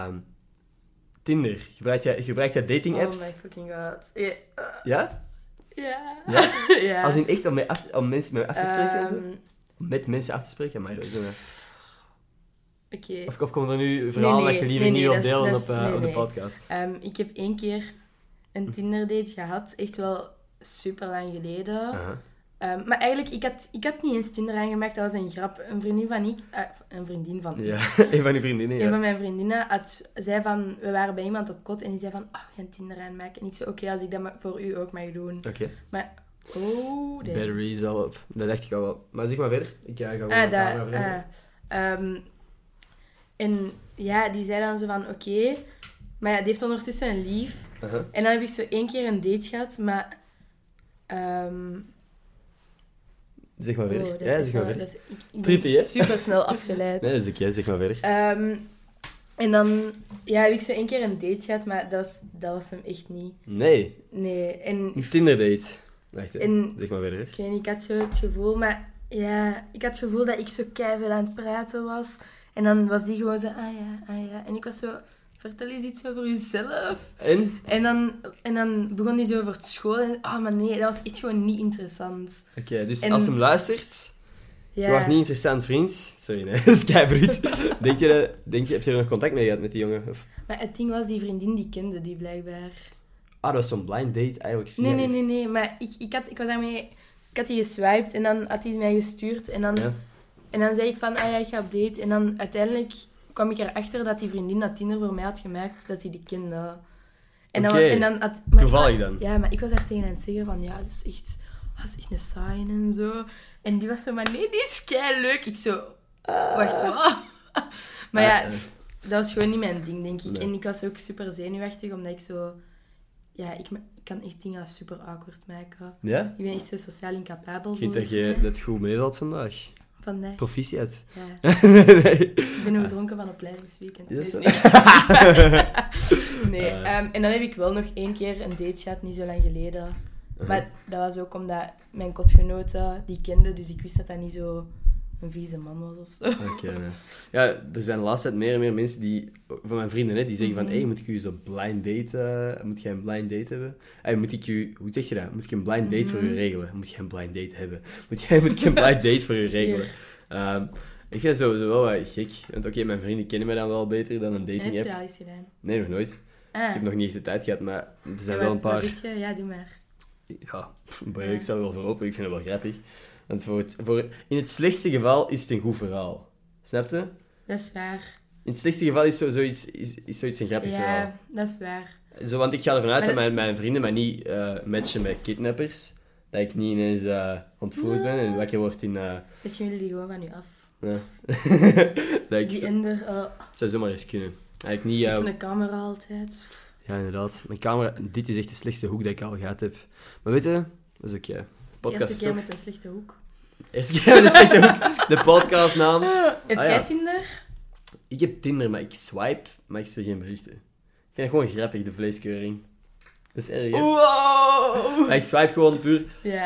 Tinder, gebruikt jij dating apps? Oh my fucking god. Ja? Ja? Ja. Ja? Ja. Als in echt om mensen mee af te spreken en zo? Ehm, Om met mensen af te spreken? Maar zo. Oké. Of komt er nu een verhaal dat je liever niet wilt delen op de podcast? Ik heb 1 keer een Tinder-date gehad. Echt wel super lang geleden. Aha. Maar eigenlijk, ik had niet eens Tinder aangemaakt. Dat was een grap. Een vriendin van ik... een vriendin van ik. Ja, een van die vriendinnen, ja. Een van mijn vriendinnen zei van... We waren bij iemand op kot en die zei van... Oh, we gaan Tinder aanmaken. En ik zei, oké, als ik dat voor u ook mag doen. Oké. Maar... Oh, nee. Battery is al op. Dat dacht ik al wel. Maar zeg maar verder. Ik ga gewoon een camera veranderen. En ja, die zei dan zo van... Oké. Maar ja, die heeft ondertussen een lief. En dan heb ik zo 1 keer een date gehad, maar... Zeg maar verder. Oh, dat Ja, is zeg maar wel- verder. dat is- ik ben Trippy, hè? super snel afgeleid. Nee, dat is oké. Zeg maar verder. En dan heb ik zo 1 keer een date gehad, maar dat was hem echt niet. Nee, Nee, en een Tinder-date. Wacht, hè. En- Zeg maar verder. ik weet niet, ik had zo het gevoel, maar ja, ik had het gevoel dat ik zo keiveel aan het praten was. En dan was die gewoon zo, ah ja. En ik was zo, vertel eens iets over jezelf. En? En dan begon hij zo over het school. En, maar nee, dat was echt gewoon niet interessant. Oké, dus En- als hem luistert... Ja. Je wordt niet interessant, vriend. Sorry, nee, dat is keibruut. Denk je, heb je er nog contact mee gehad met die jongen? Of... Maar het ding was, die vriendin die kende die blijkbaar. Ah, dat was zo'n blind date eigenlijk. Via... Nee. Maar ik was daarmee... Ik had die geswiped en dan had hij mij gestuurd. En dan, Ja. en dan zei ik van, ik ga op date. En dan uiteindelijk kwam ik erachter dat die vriendin dat Tinder voor mij had gemaakt, dat hij die kende. En Oké. en dan maar Toevallig dan? Ja, maar ik was daar tegen aan het zeggen van, ja, dat is echt een saai en zo. En die was zo, maar nee, die is kei leuk. Ik zo, wacht, wat? Maar ja, dat was gewoon niet mijn ding, denk ik. Nee. En ik was ook super zenuwachtig, omdat ik zo... Ja, ik kan echt dingen super awkward maken. Ja? Ik ben echt zo sociaal incapabel. Ik vind dat volgens je mij. dat goed meevalt vandaag. Vandaag. Proficiat. Ja. Nee. Ik ben nog dronken van opleidingsweekend. Is Dus dat nee. En dan heb ik wel nog 1 keer een date gehad, niet zo lang geleden. Maar dat was ook omdat mijn kotgenoten die kenden, dus ik wist dat dat niet zo een vieze man was of zo. Oké, nee. Ja, er zijn de laatste tijd meer en meer mensen die, van mijn vrienden, hè, die zeggen van, moet ik u zo blind date, moet jij een blind date hebben? Moet ik u, hoe zeg je dat? Moet ik een blind date voor u regelen? Moet jij een blind date hebben? Moet ik een blind date voor u regelen? Ik vind het sowieso wel wat gek, want oké, mijn vrienden kennen mij dan wel beter dan een En heb dating je app. dat al eens gedaan? Nee, nog nooit. Ah. Ik heb nog niet echt de tijd gehad, maar er zijn Ja, wel een wat paar... zeg je? Ja, doe maar. Ja, ik sta er wel voor open. Ik vind het wel grappig. Want in het slechtste geval is het een goed verhaal. Snap je? Dat is waar. In het slechtste geval is zoiets een grappig verhaal. Ja, dat is waar. Zo, want ik ga ervan uit Maar dat mijn vrienden mij niet matchen met kidnappers. Dat ik niet ineens ontvoerd ben en wakker word in... Misschien willen die gewoon van u af. ja. Dat ik Die Ender, het zou zomaar eens kunnen. Eigenlijk niet... is een camera altijd. ja, inderdaad. Mijn camera... Dit is echt de slechtste hoek dat ik al gehad heb. Maar weet je, dat is oké. Podcast Eerste is keer toch... met een slechte hoek. Eerste keer met de slechte hoek. De podcastnaam. Heb Ah, jij ja. Tinder? Ik heb Tinder, maar ik swipe, maar ik stuur geen berichten. Ik vind het gewoon grappig, de vleeskeuring. Dat is erg, hè? Wow! Maar ik swipe gewoon puur... Ja.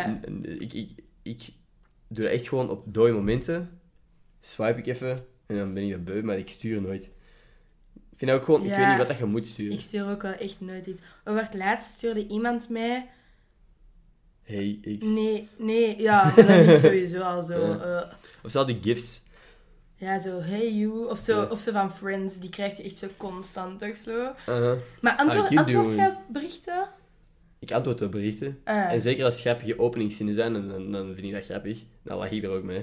Ik doe dat echt gewoon op dode momenten. Swipe ik even en dan ben ik dat beu, maar ik stuur nooit. Ik vind ook gewoon... Ik Ja. weet niet wat dat je moet sturen. Ik stuur ook wel echt nooit iets. Over het laatst stuurde iemand mij... Hey, X. Nee, ja, maar dat is sowieso al zo. Ja. Of zal die gifs... Ja, zo, hey you. Of zo, Ja. of zo van Friends, die krijgt je echt zo constant, toch zo. Uh-huh. Maar antwoord keep doing. jij op berichten? Ik antwoord op berichten. Ah. En zeker als het grappige openingszinnen zijn, dan vind ik dat grappig. Dan lach ik er ook mee.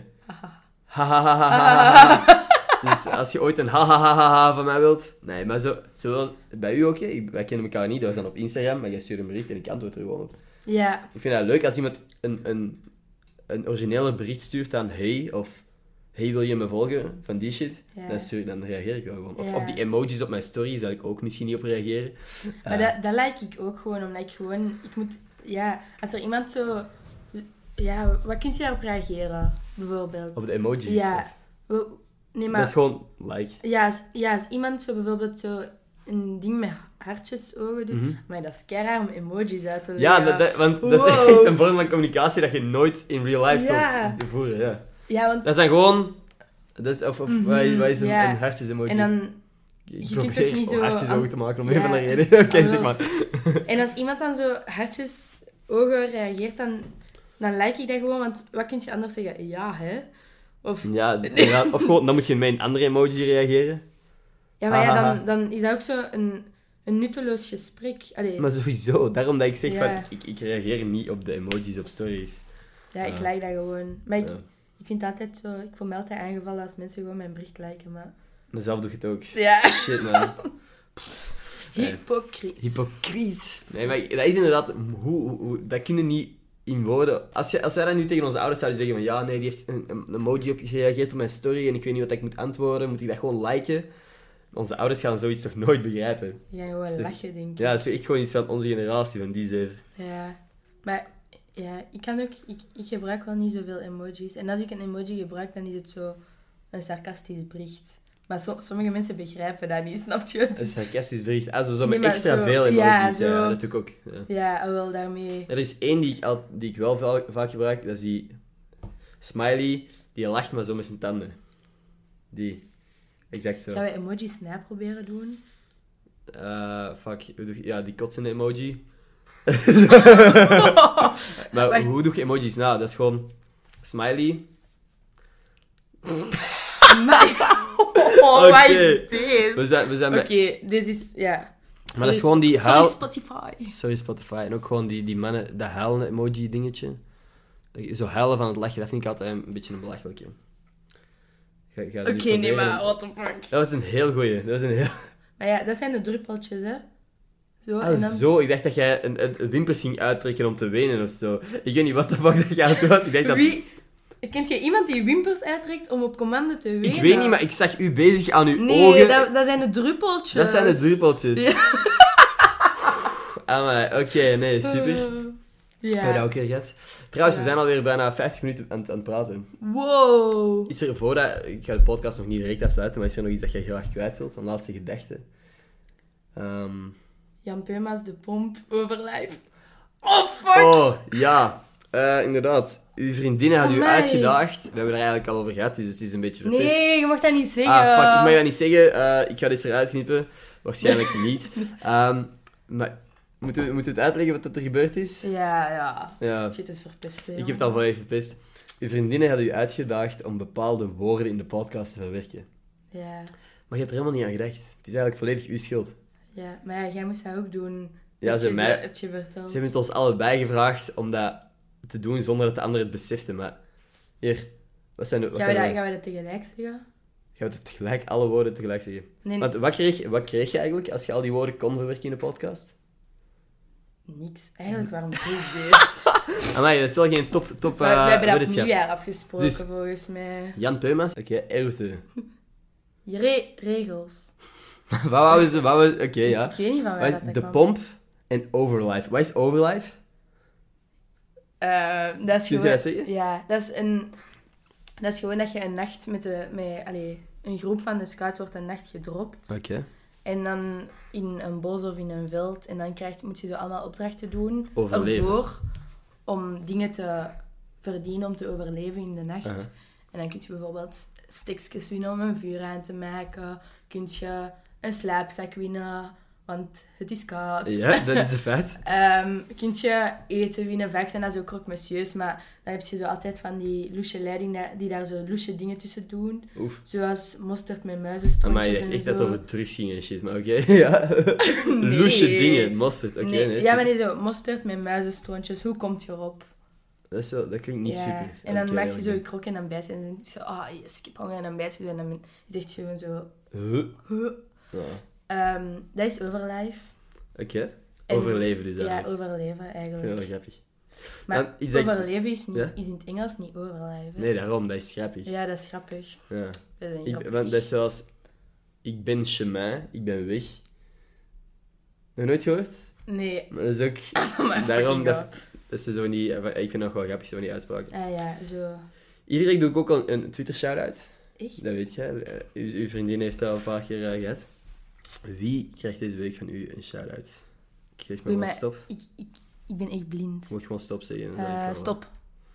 Hahaha. Dus als je ooit een hahaha van mij wilt... Nee, maar zoals bij u ook, hè. Wij kennen elkaar niet, dat was dan op Instagram, maar jij stuurt een bericht en ik antwoord er gewoon op. Ja. Ik vind dat leuk als iemand een originele bericht stuurt aan hey, of hey, wil je me volgen, van die shit, Ja. dan reageer ik wel gewoon. Of Ja. op die emojis op mijn story zou ik ook misschien niet op reageren. Maar dat like ik ook gewoon, omdat ik gewoon... Ik moet... Ja, als er iemand zo... Ja, wat kun je daarop reageren, bijvoorbeeld? Op de emojis. Ja. Nee, maar... Dat is gewoon like. Ja, als iemand zo bijvoorbeeld zo een ding met hartjesogen doet, maar dat is keiraar om emojis uit te leggen. Ja, want dat is Wow. echt een vorm van communicatie dat je nooit in real life Ja. zult voeren. Ja. Ja, want... Dat zijn gewoon... Dat is, wat is een, ja. een hartjes-emoji? En dan... Ik je kunt probeer toch niet zo hartjesogen aan- te maken om Ja. een van de reden. Oké, Ah, zeg wel. maar. En als iemand dan zo hartjesogen reageert, dan like ik dat gewoon, want wat kun je anders zeggen? Ja, hè? Of... Ja, inderdaad. Of gewoon, dan moet je met een andere emoji reageren. Ja, maar ja, Hahaha. dan is dat ook zo een nutteloos gesprek. Allee, Maar sowieso, daarom dat ik zeg Ja. van, ik reageer niet op de emojis op stories. ja, ik Ja. like dat gewoon. Maar ik Ja. vind het altijd zo... Ik voel me altijd aangevallen als mensen gewoon mijn bericht liken, maar... Maar zelf doe je het ook. Ja. Shit, man. Hypocriet. Hypocriet. Nee, maar dat is inderdaad... dat kunnen niet in woorden... Als wij dat nu tegen onze ouders zouden zeggen van... Ja, nee, die heeft een emoji op gereageerd op mijn story en ik weet niet wat ik moet antwoorden. Moet ik dat gewoon liken? Onze ouders gaan zoiets toch nooit begrijpen. Die gaan gewoon Zeg- lachen, denk ik. Ja, dat is echt gewoon iets van onze generatie, van die zeven. Ja. Maar Ja, ik kan ook... Ik gebruik wel niet zoveel emojis. En als ik een emoji gebruik, dan is het zo een sarcastisch bericht. Maar sommige mensen begrijpen dat niet, snap je het? Een sarcastisch bericht. Also zo Nee, met maar extra zo- veel ja, emojis. zo. Ja, dat doe ik ook. Ja. Ja, wel daarmee... Er is één die ik wel vaak gebruik. Dat is die smiley. Die lacht maar zo met zijn tanden. Die. Exact zo. Gaan we emojis proberen doen? Fuck. Ja, die kotsende emoji. Maar Wacht. hoe doe je emojis na? Dat is gewoon smiley. Oh, wat Oké. is dit? We zijn bij... Oké, dit is... Ja. Maar dat is gewoon die Sorry, huil... Spotify. Sorry Spotify. En ook gewoon die mannen, dat huilende emoji dingetje. Zo huilen van het lachen, dat vind ik altijd een beetje een belachelijke. Oké, nee, maar what the fuck. Dat was een heel goeie. Dat was een heel... Maar ja, dat zijn de druppeltjes, hè. Zo, Ah, en dan... zo. Ik dacht dat jij een wimpers ging uittrekken om te wenen of zo. Ik weet niet wat de fuck dat jij aan het doen was. Ik dacht dat... Kent je iemand die wimpers uittrekt om op commando te wenen? Ik weet niet, maar ik zag u bezig aan uw Nee, ogen. dat zijn de druppeltjes. Dat zijn de druppeltjes. Ja. Amai, oké, nee, super. Hebben we dat Ja. ook weer gehad? Trouwens, we Ja. zijn alweer bijna 50 minuten aan het praten. Wow. Is er voordat... Ik ga de podcast nog niet direct afsluiten, maar is er nog iets dat jij graag kwijt wilt? Een laatste gedachte? Jan Peuma's De Pomp, Overlife. Oh, fuck. Oh, ja. Inderdaad. Uw vriendinnen had u Amai. uitgedaagd. We hebben er eigenlijk al over gehad, dus het is een beetje verpest. Nee, je mag dat niet zeggen. Ah, fuck. Ik mag dat niet zeggen. Ik ga dit eruit knippen. Waarschijnlijk niet. Maar moeten we het uitleggen wat er gebeurd is? Ja. Ja. Shit, is verpest, hè, Ik heb het al volledig verpest. Uw vriendinnen hadden u uitgedaagd om bepaalde woorden in de podcast te verwerken. Ja. Maar je hebt er helemaal niet aan gedacht. Het is eigenlijk volledig uw schuld. Ja, maar ja, jij moest dat ook doen. Ja, Heb ze je mij- heb je verteld. Ze hebben het ons allebei gevraagd om dat te doen zonder dat de ander het besefte. Maar hier, wat zijn de... Gaan we dat tegelijk zeggen? Gaan we tegelijk alle woorden tegelijk zeggen? Nee, Want wat kreeg je eigenlijk als je al die woorden kon verwerken in de podcast? niks. Eigenlijk, waarom doe ik dit? Amai, dat is wel geen top We hebben dat op weddenschap. nieuwjaar afgesproken, Dus- volgens mij. Jan Peumas? Oké, Erwte. Regels. Wat wouden ze? Oké, ja. Ik weet niet van Wat waar is dat de kwam. pomp en overlife? Wat is overlife? Dat is Kunt je gewoon... dat zeggen? Ja, dat is gewoon dat je een nacht een groep van de scouts wordt een nacht gedropt. Oké. En dan in een bos of in een veld. En dan moet je zo allemaal opdrachten doen. Overleven. Ervoor, om dingen te verdienen om te overleven in de nacht. Uh-huh. En dan kun je bijvoorbeeld stikjes winnen om een vuur aan te maken. Kun je een slaapzak winnen, want het is koud. Ja, dat is een feit. Kun je eten winnen, vaak zijn dat zo croque-monsieurs, maar dan heb je zo altijd van die loesje leiding die daar zo loesje dingen tussen doen. Oef. Zoals mosterd met Maar muizenstrontjes je en echt zo. dat over drugs ging en shit, maar oké. Ja. Nee. Loesje dingen, mosterd. Oké, nee. Ja, super. maar nee, zo mosterd met muizenstrontjes, hoe komt je erop? Dat klinkt niet super. En dan Oké, maak je zo oké. je krok en dan bijt je en dan denk je zo, yes, ik heb honger en dan bijt je en dan zegt je gewoon zo... Huh? Ja. Dat is overlife. Oké. En- Overleven dus Ja, eigenlijk. overleven eigenlijk. Heel grappig. Maar Dan iets dat ik- overleven is Ja? in het Engels niet overlife. hè? Nee, daarom, dat is grappig. Ja, dat is grappig. Ja. Dat is een grappig. Want dat is zoals... Ik ben chemin, ik ben weg. Nog nooit gehoord? Nee. Maar dat is ook... Oh my daarom, fucking dat is zo niet... Ik vind het nog wel grappig, zo die uitspraak. Ah ja, zo. Iedere week doe ik ook al een Twitter shout-out. Echt? Dat weet je. Uw vriendin heeft dat al een paar keer gehad. Wie krijgt deze week van u een shout-out? Ik geef me Oei, gewoon maar stop. ik ben echt blind. Je moet gewoon stop zeggen. dan zeg ik wel wat. Stop.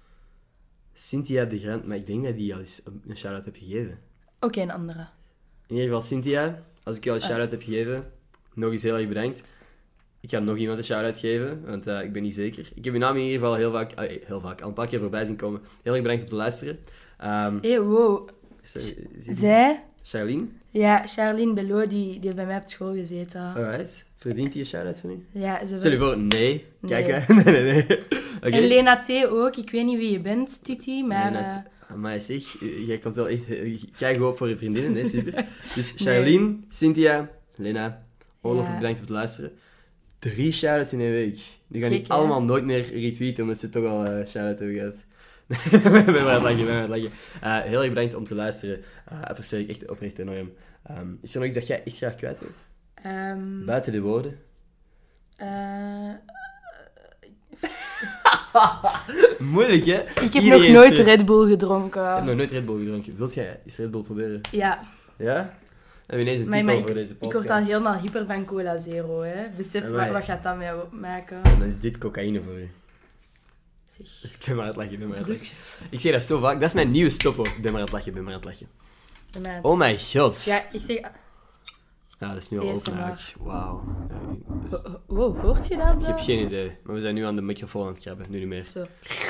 Cynthia de Grant, maar ik denk dat die al eens een shout-out heb gegeven. Oké, een andere. In ieder geval, Cynthia, als ik jou een shout-out heb gegeven, nog eens heel erg bedankt. Ik ga nog iemand een shout-out geven, want ik ben niet zeker. Ik heb je naam in ieder geval heel vaak, al een paar keer voorbij zien komen. Heel erg bedankt om te luisteren. Wow. Zij? Charlene? Ja, Charlene Belot, die heeft bij mij op school gezeten. Alright. Verdient die een shout-out van u? Ja, ze Stel je voor, nee. Kijk, Nee. hè. nee. Oké. En Lena T. ook. Ik weet niet wie je bent, Titi, maar... Lena Maar zeg, jij komt wel echt... Kijk goed op voor je vriendinnen, hè, super. Dus Charlene, Cynthia, Lena, Olaf, Ja. bedankt om te luisteren. 3 shout-outs in een week. Die gaan Gek, ik hè? allemaal nooit meer retweeten, omdat ze toch al shout-out hebben gehad. Ik ben maar aan het lachen. Heel erg bedankt om te luisteren. Apprecieer ik echt oprecht enorm. Is er nog iets dat jij echt graag kwijt wilt? Buiten de woorden. Moeilijk, hè? Ik heb Iedereen nog nooit stress. Red Bull Ik gedronken. heb nog nooit Red Bull gedronken. Wilt jij eens Red Bull proberen? Ja, Ja? En ineens een maar titel voor deze ik podcast. word al helemaal hyper van Cola Zero, hè. Besef, Amai. wat gaat dat mij maken? En dan is dit cocaïne voor je. Zeg, Dus ik ben maar aan het lachen, ik ben maar aan het lachen. drugs. Ik zeg dat zo vaak. Dat is mijn nieuwe stop ook. Ik ben maar aan het lachen, ik ben maar aan het lachen. Bij mij- Oh mijn god. Ja, ik zeg... Ja, dat is nu al ASMR. open eigenlijk. Wauw. Ja, dus- Wow, hoort je dat? ik heb geen idee. Maar we zijn nu aan de microfoon aan het krabben. Nu niet meer. Zo.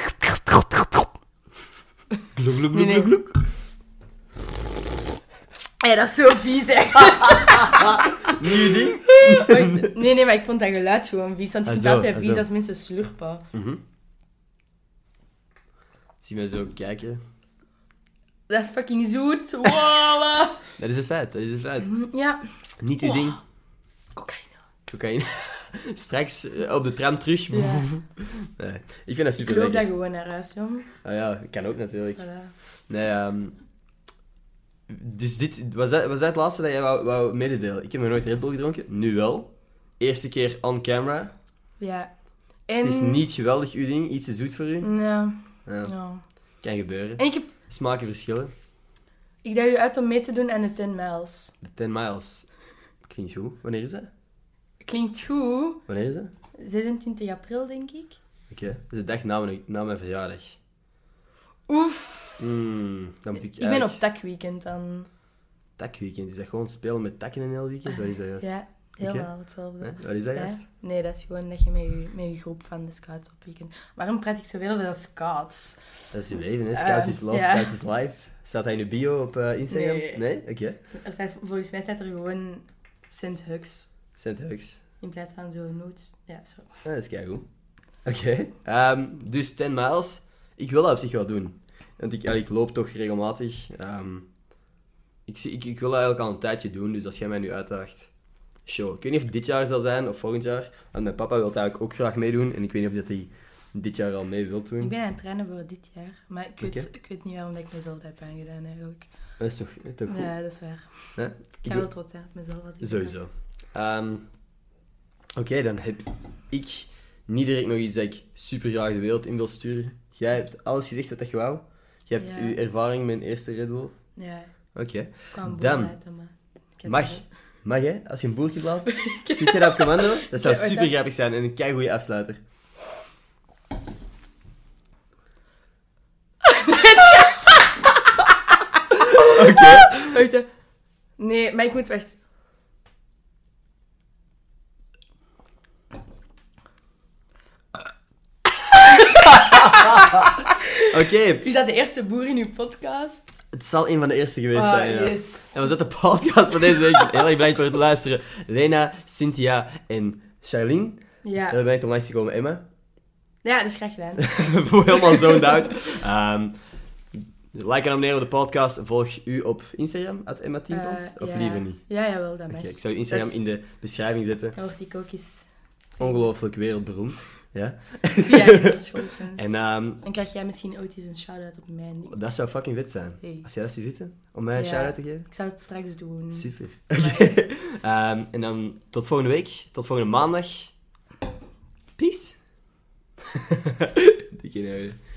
Gluk, gluk, Nee, nee. gluk, gluk. Hé, dat is zo vies, hè. Nieuw ding? Wacht, nee, maar ik vond dat geluid gewoon vies. Want ik vind Ah, zo, het altijd ah, vies zo. als mensen slurpen. Zie mij zo kijken. Dat is fucking zoet. Wow. Dat is een feit, dat is een feit. Ja. Niet uw ding. Cocaïne. Cocaïne. Straks op de tram terug. Ja. Nee, ik vind dat Ik super loop dat lekker. gewoon naar huis, jong. Ah ja, kan ook natuurlijk. Voilà. Nee, dus dit, was dat het laatste dat jij wou mededelen? Ik heb nog nooit Red Bull gedronken, nu wel. Eerste keer on camera. Ja. En... Het is niet geweldig uw ding, iets te zoet voor u. Ja. Ja, Ja. kan gebeuren. En Smaken verschillen. ik daag je uit om mee te doen aan de 10 miles. De 10 miles. Klinkt goed. Wanneer is dat? Klinkt goed. Wanneer is dat? 26 april, denk ik. Oké, dat is de dag na mijn verjaardag. Oef. Dan moet ik Ik ben op takweekend dan. takweekend. Is dat gewoon spelen met takken een heel weekend? Wat is dat juist? Ja, helemaal hetzelfde. Nee? Wat is dat Ja? juist? Nee, dat is gewoon dat je met je groep van de scouts op weekend. Waarom praat ik zoveel over dat scouts? Dat is je leven, hè? Scouts is love, ja. Scouts is life. Staat dat in de bio op Instagram? Nee. Oké. Volgens mij staat er gewoon Sint Hugs Sint Hugs. in plaats van zo'n noot. Ja, zo. Ja, dat is keigoed. Oké. Dus 10 miles. Ik wil dat op zich wel doen. Want ik loop toch regelmatig. Ik wil dat eigenlijk al een tijdje doen, dus als jij mij nu uitdaagt, show. Ik weet niet of het dit jaar zal zijn of volgend jaar, want mijn papa wil eigenlijk ook graag meedoen en ik weet niet of dat hij dit jaar al mee wil doen. Ik ben aan het trainen voor dit jaar, maar ik weet, Oké. ik weet niet waarom dat ik mezelf dat heb aangedaan eigenlijk. Dat is toch goed? Ja, dat is waar. Ja? Ik Ik ga wil- wel trots zijn op mezelf. Als ik Sowieso. Oké, dan heb ik niet direct nog iets dat ik super graag de wereld in wil sturen. Jij hebt alles gezegd wat je wou. Je hebt Ja. uw ervaring met een eerste Red Bull. Ja, Oké. ik kwam Dan. bovenuit, maar... ik heb Mag. het- Mag hè? Als je een boertje laat, kun je dat op commando? Dat zou Ja, maar super grappig zijn en een keigoeie afsluiter. Oké. Wacht, hè. Nee, maar ik moet wacht. Oké. Is dat de eerste boer in uw podcast? Het zal een van de eerste geweest Ah, zijn, ja. yes. En was dat de podcast van deze week? Heel erg bedankt voor het luisteren. Lena, Cynthia en Charlene. Ja. Heel bedankt om langs te komen, Emma. Ja, dat is graag gedaan. Voel helemaal zoned out. Like en abonneren op de podcast. Volg u op Instagram, @emma10pond. Of Ja. liever niet? Ja, jawel, dat Oké, mag. ik zal uw Instagram Dat is- in de beschrijving zetten. Dan wordt ik ook eens... Ongelooflijk wereldberoemd. Ja. Via de schoolfans. En Dan krijg jij misschien ooit eens een shout-out op mijn ding. dat zou fucking vet zijn. Hey. Als jij dat ziet zitten, om mij een Ja. shout-out te geven. Ik zal het straks doen. Super. Maar- En dan tot volgende week. Tot volgende maandag. Peace. Dikke neus.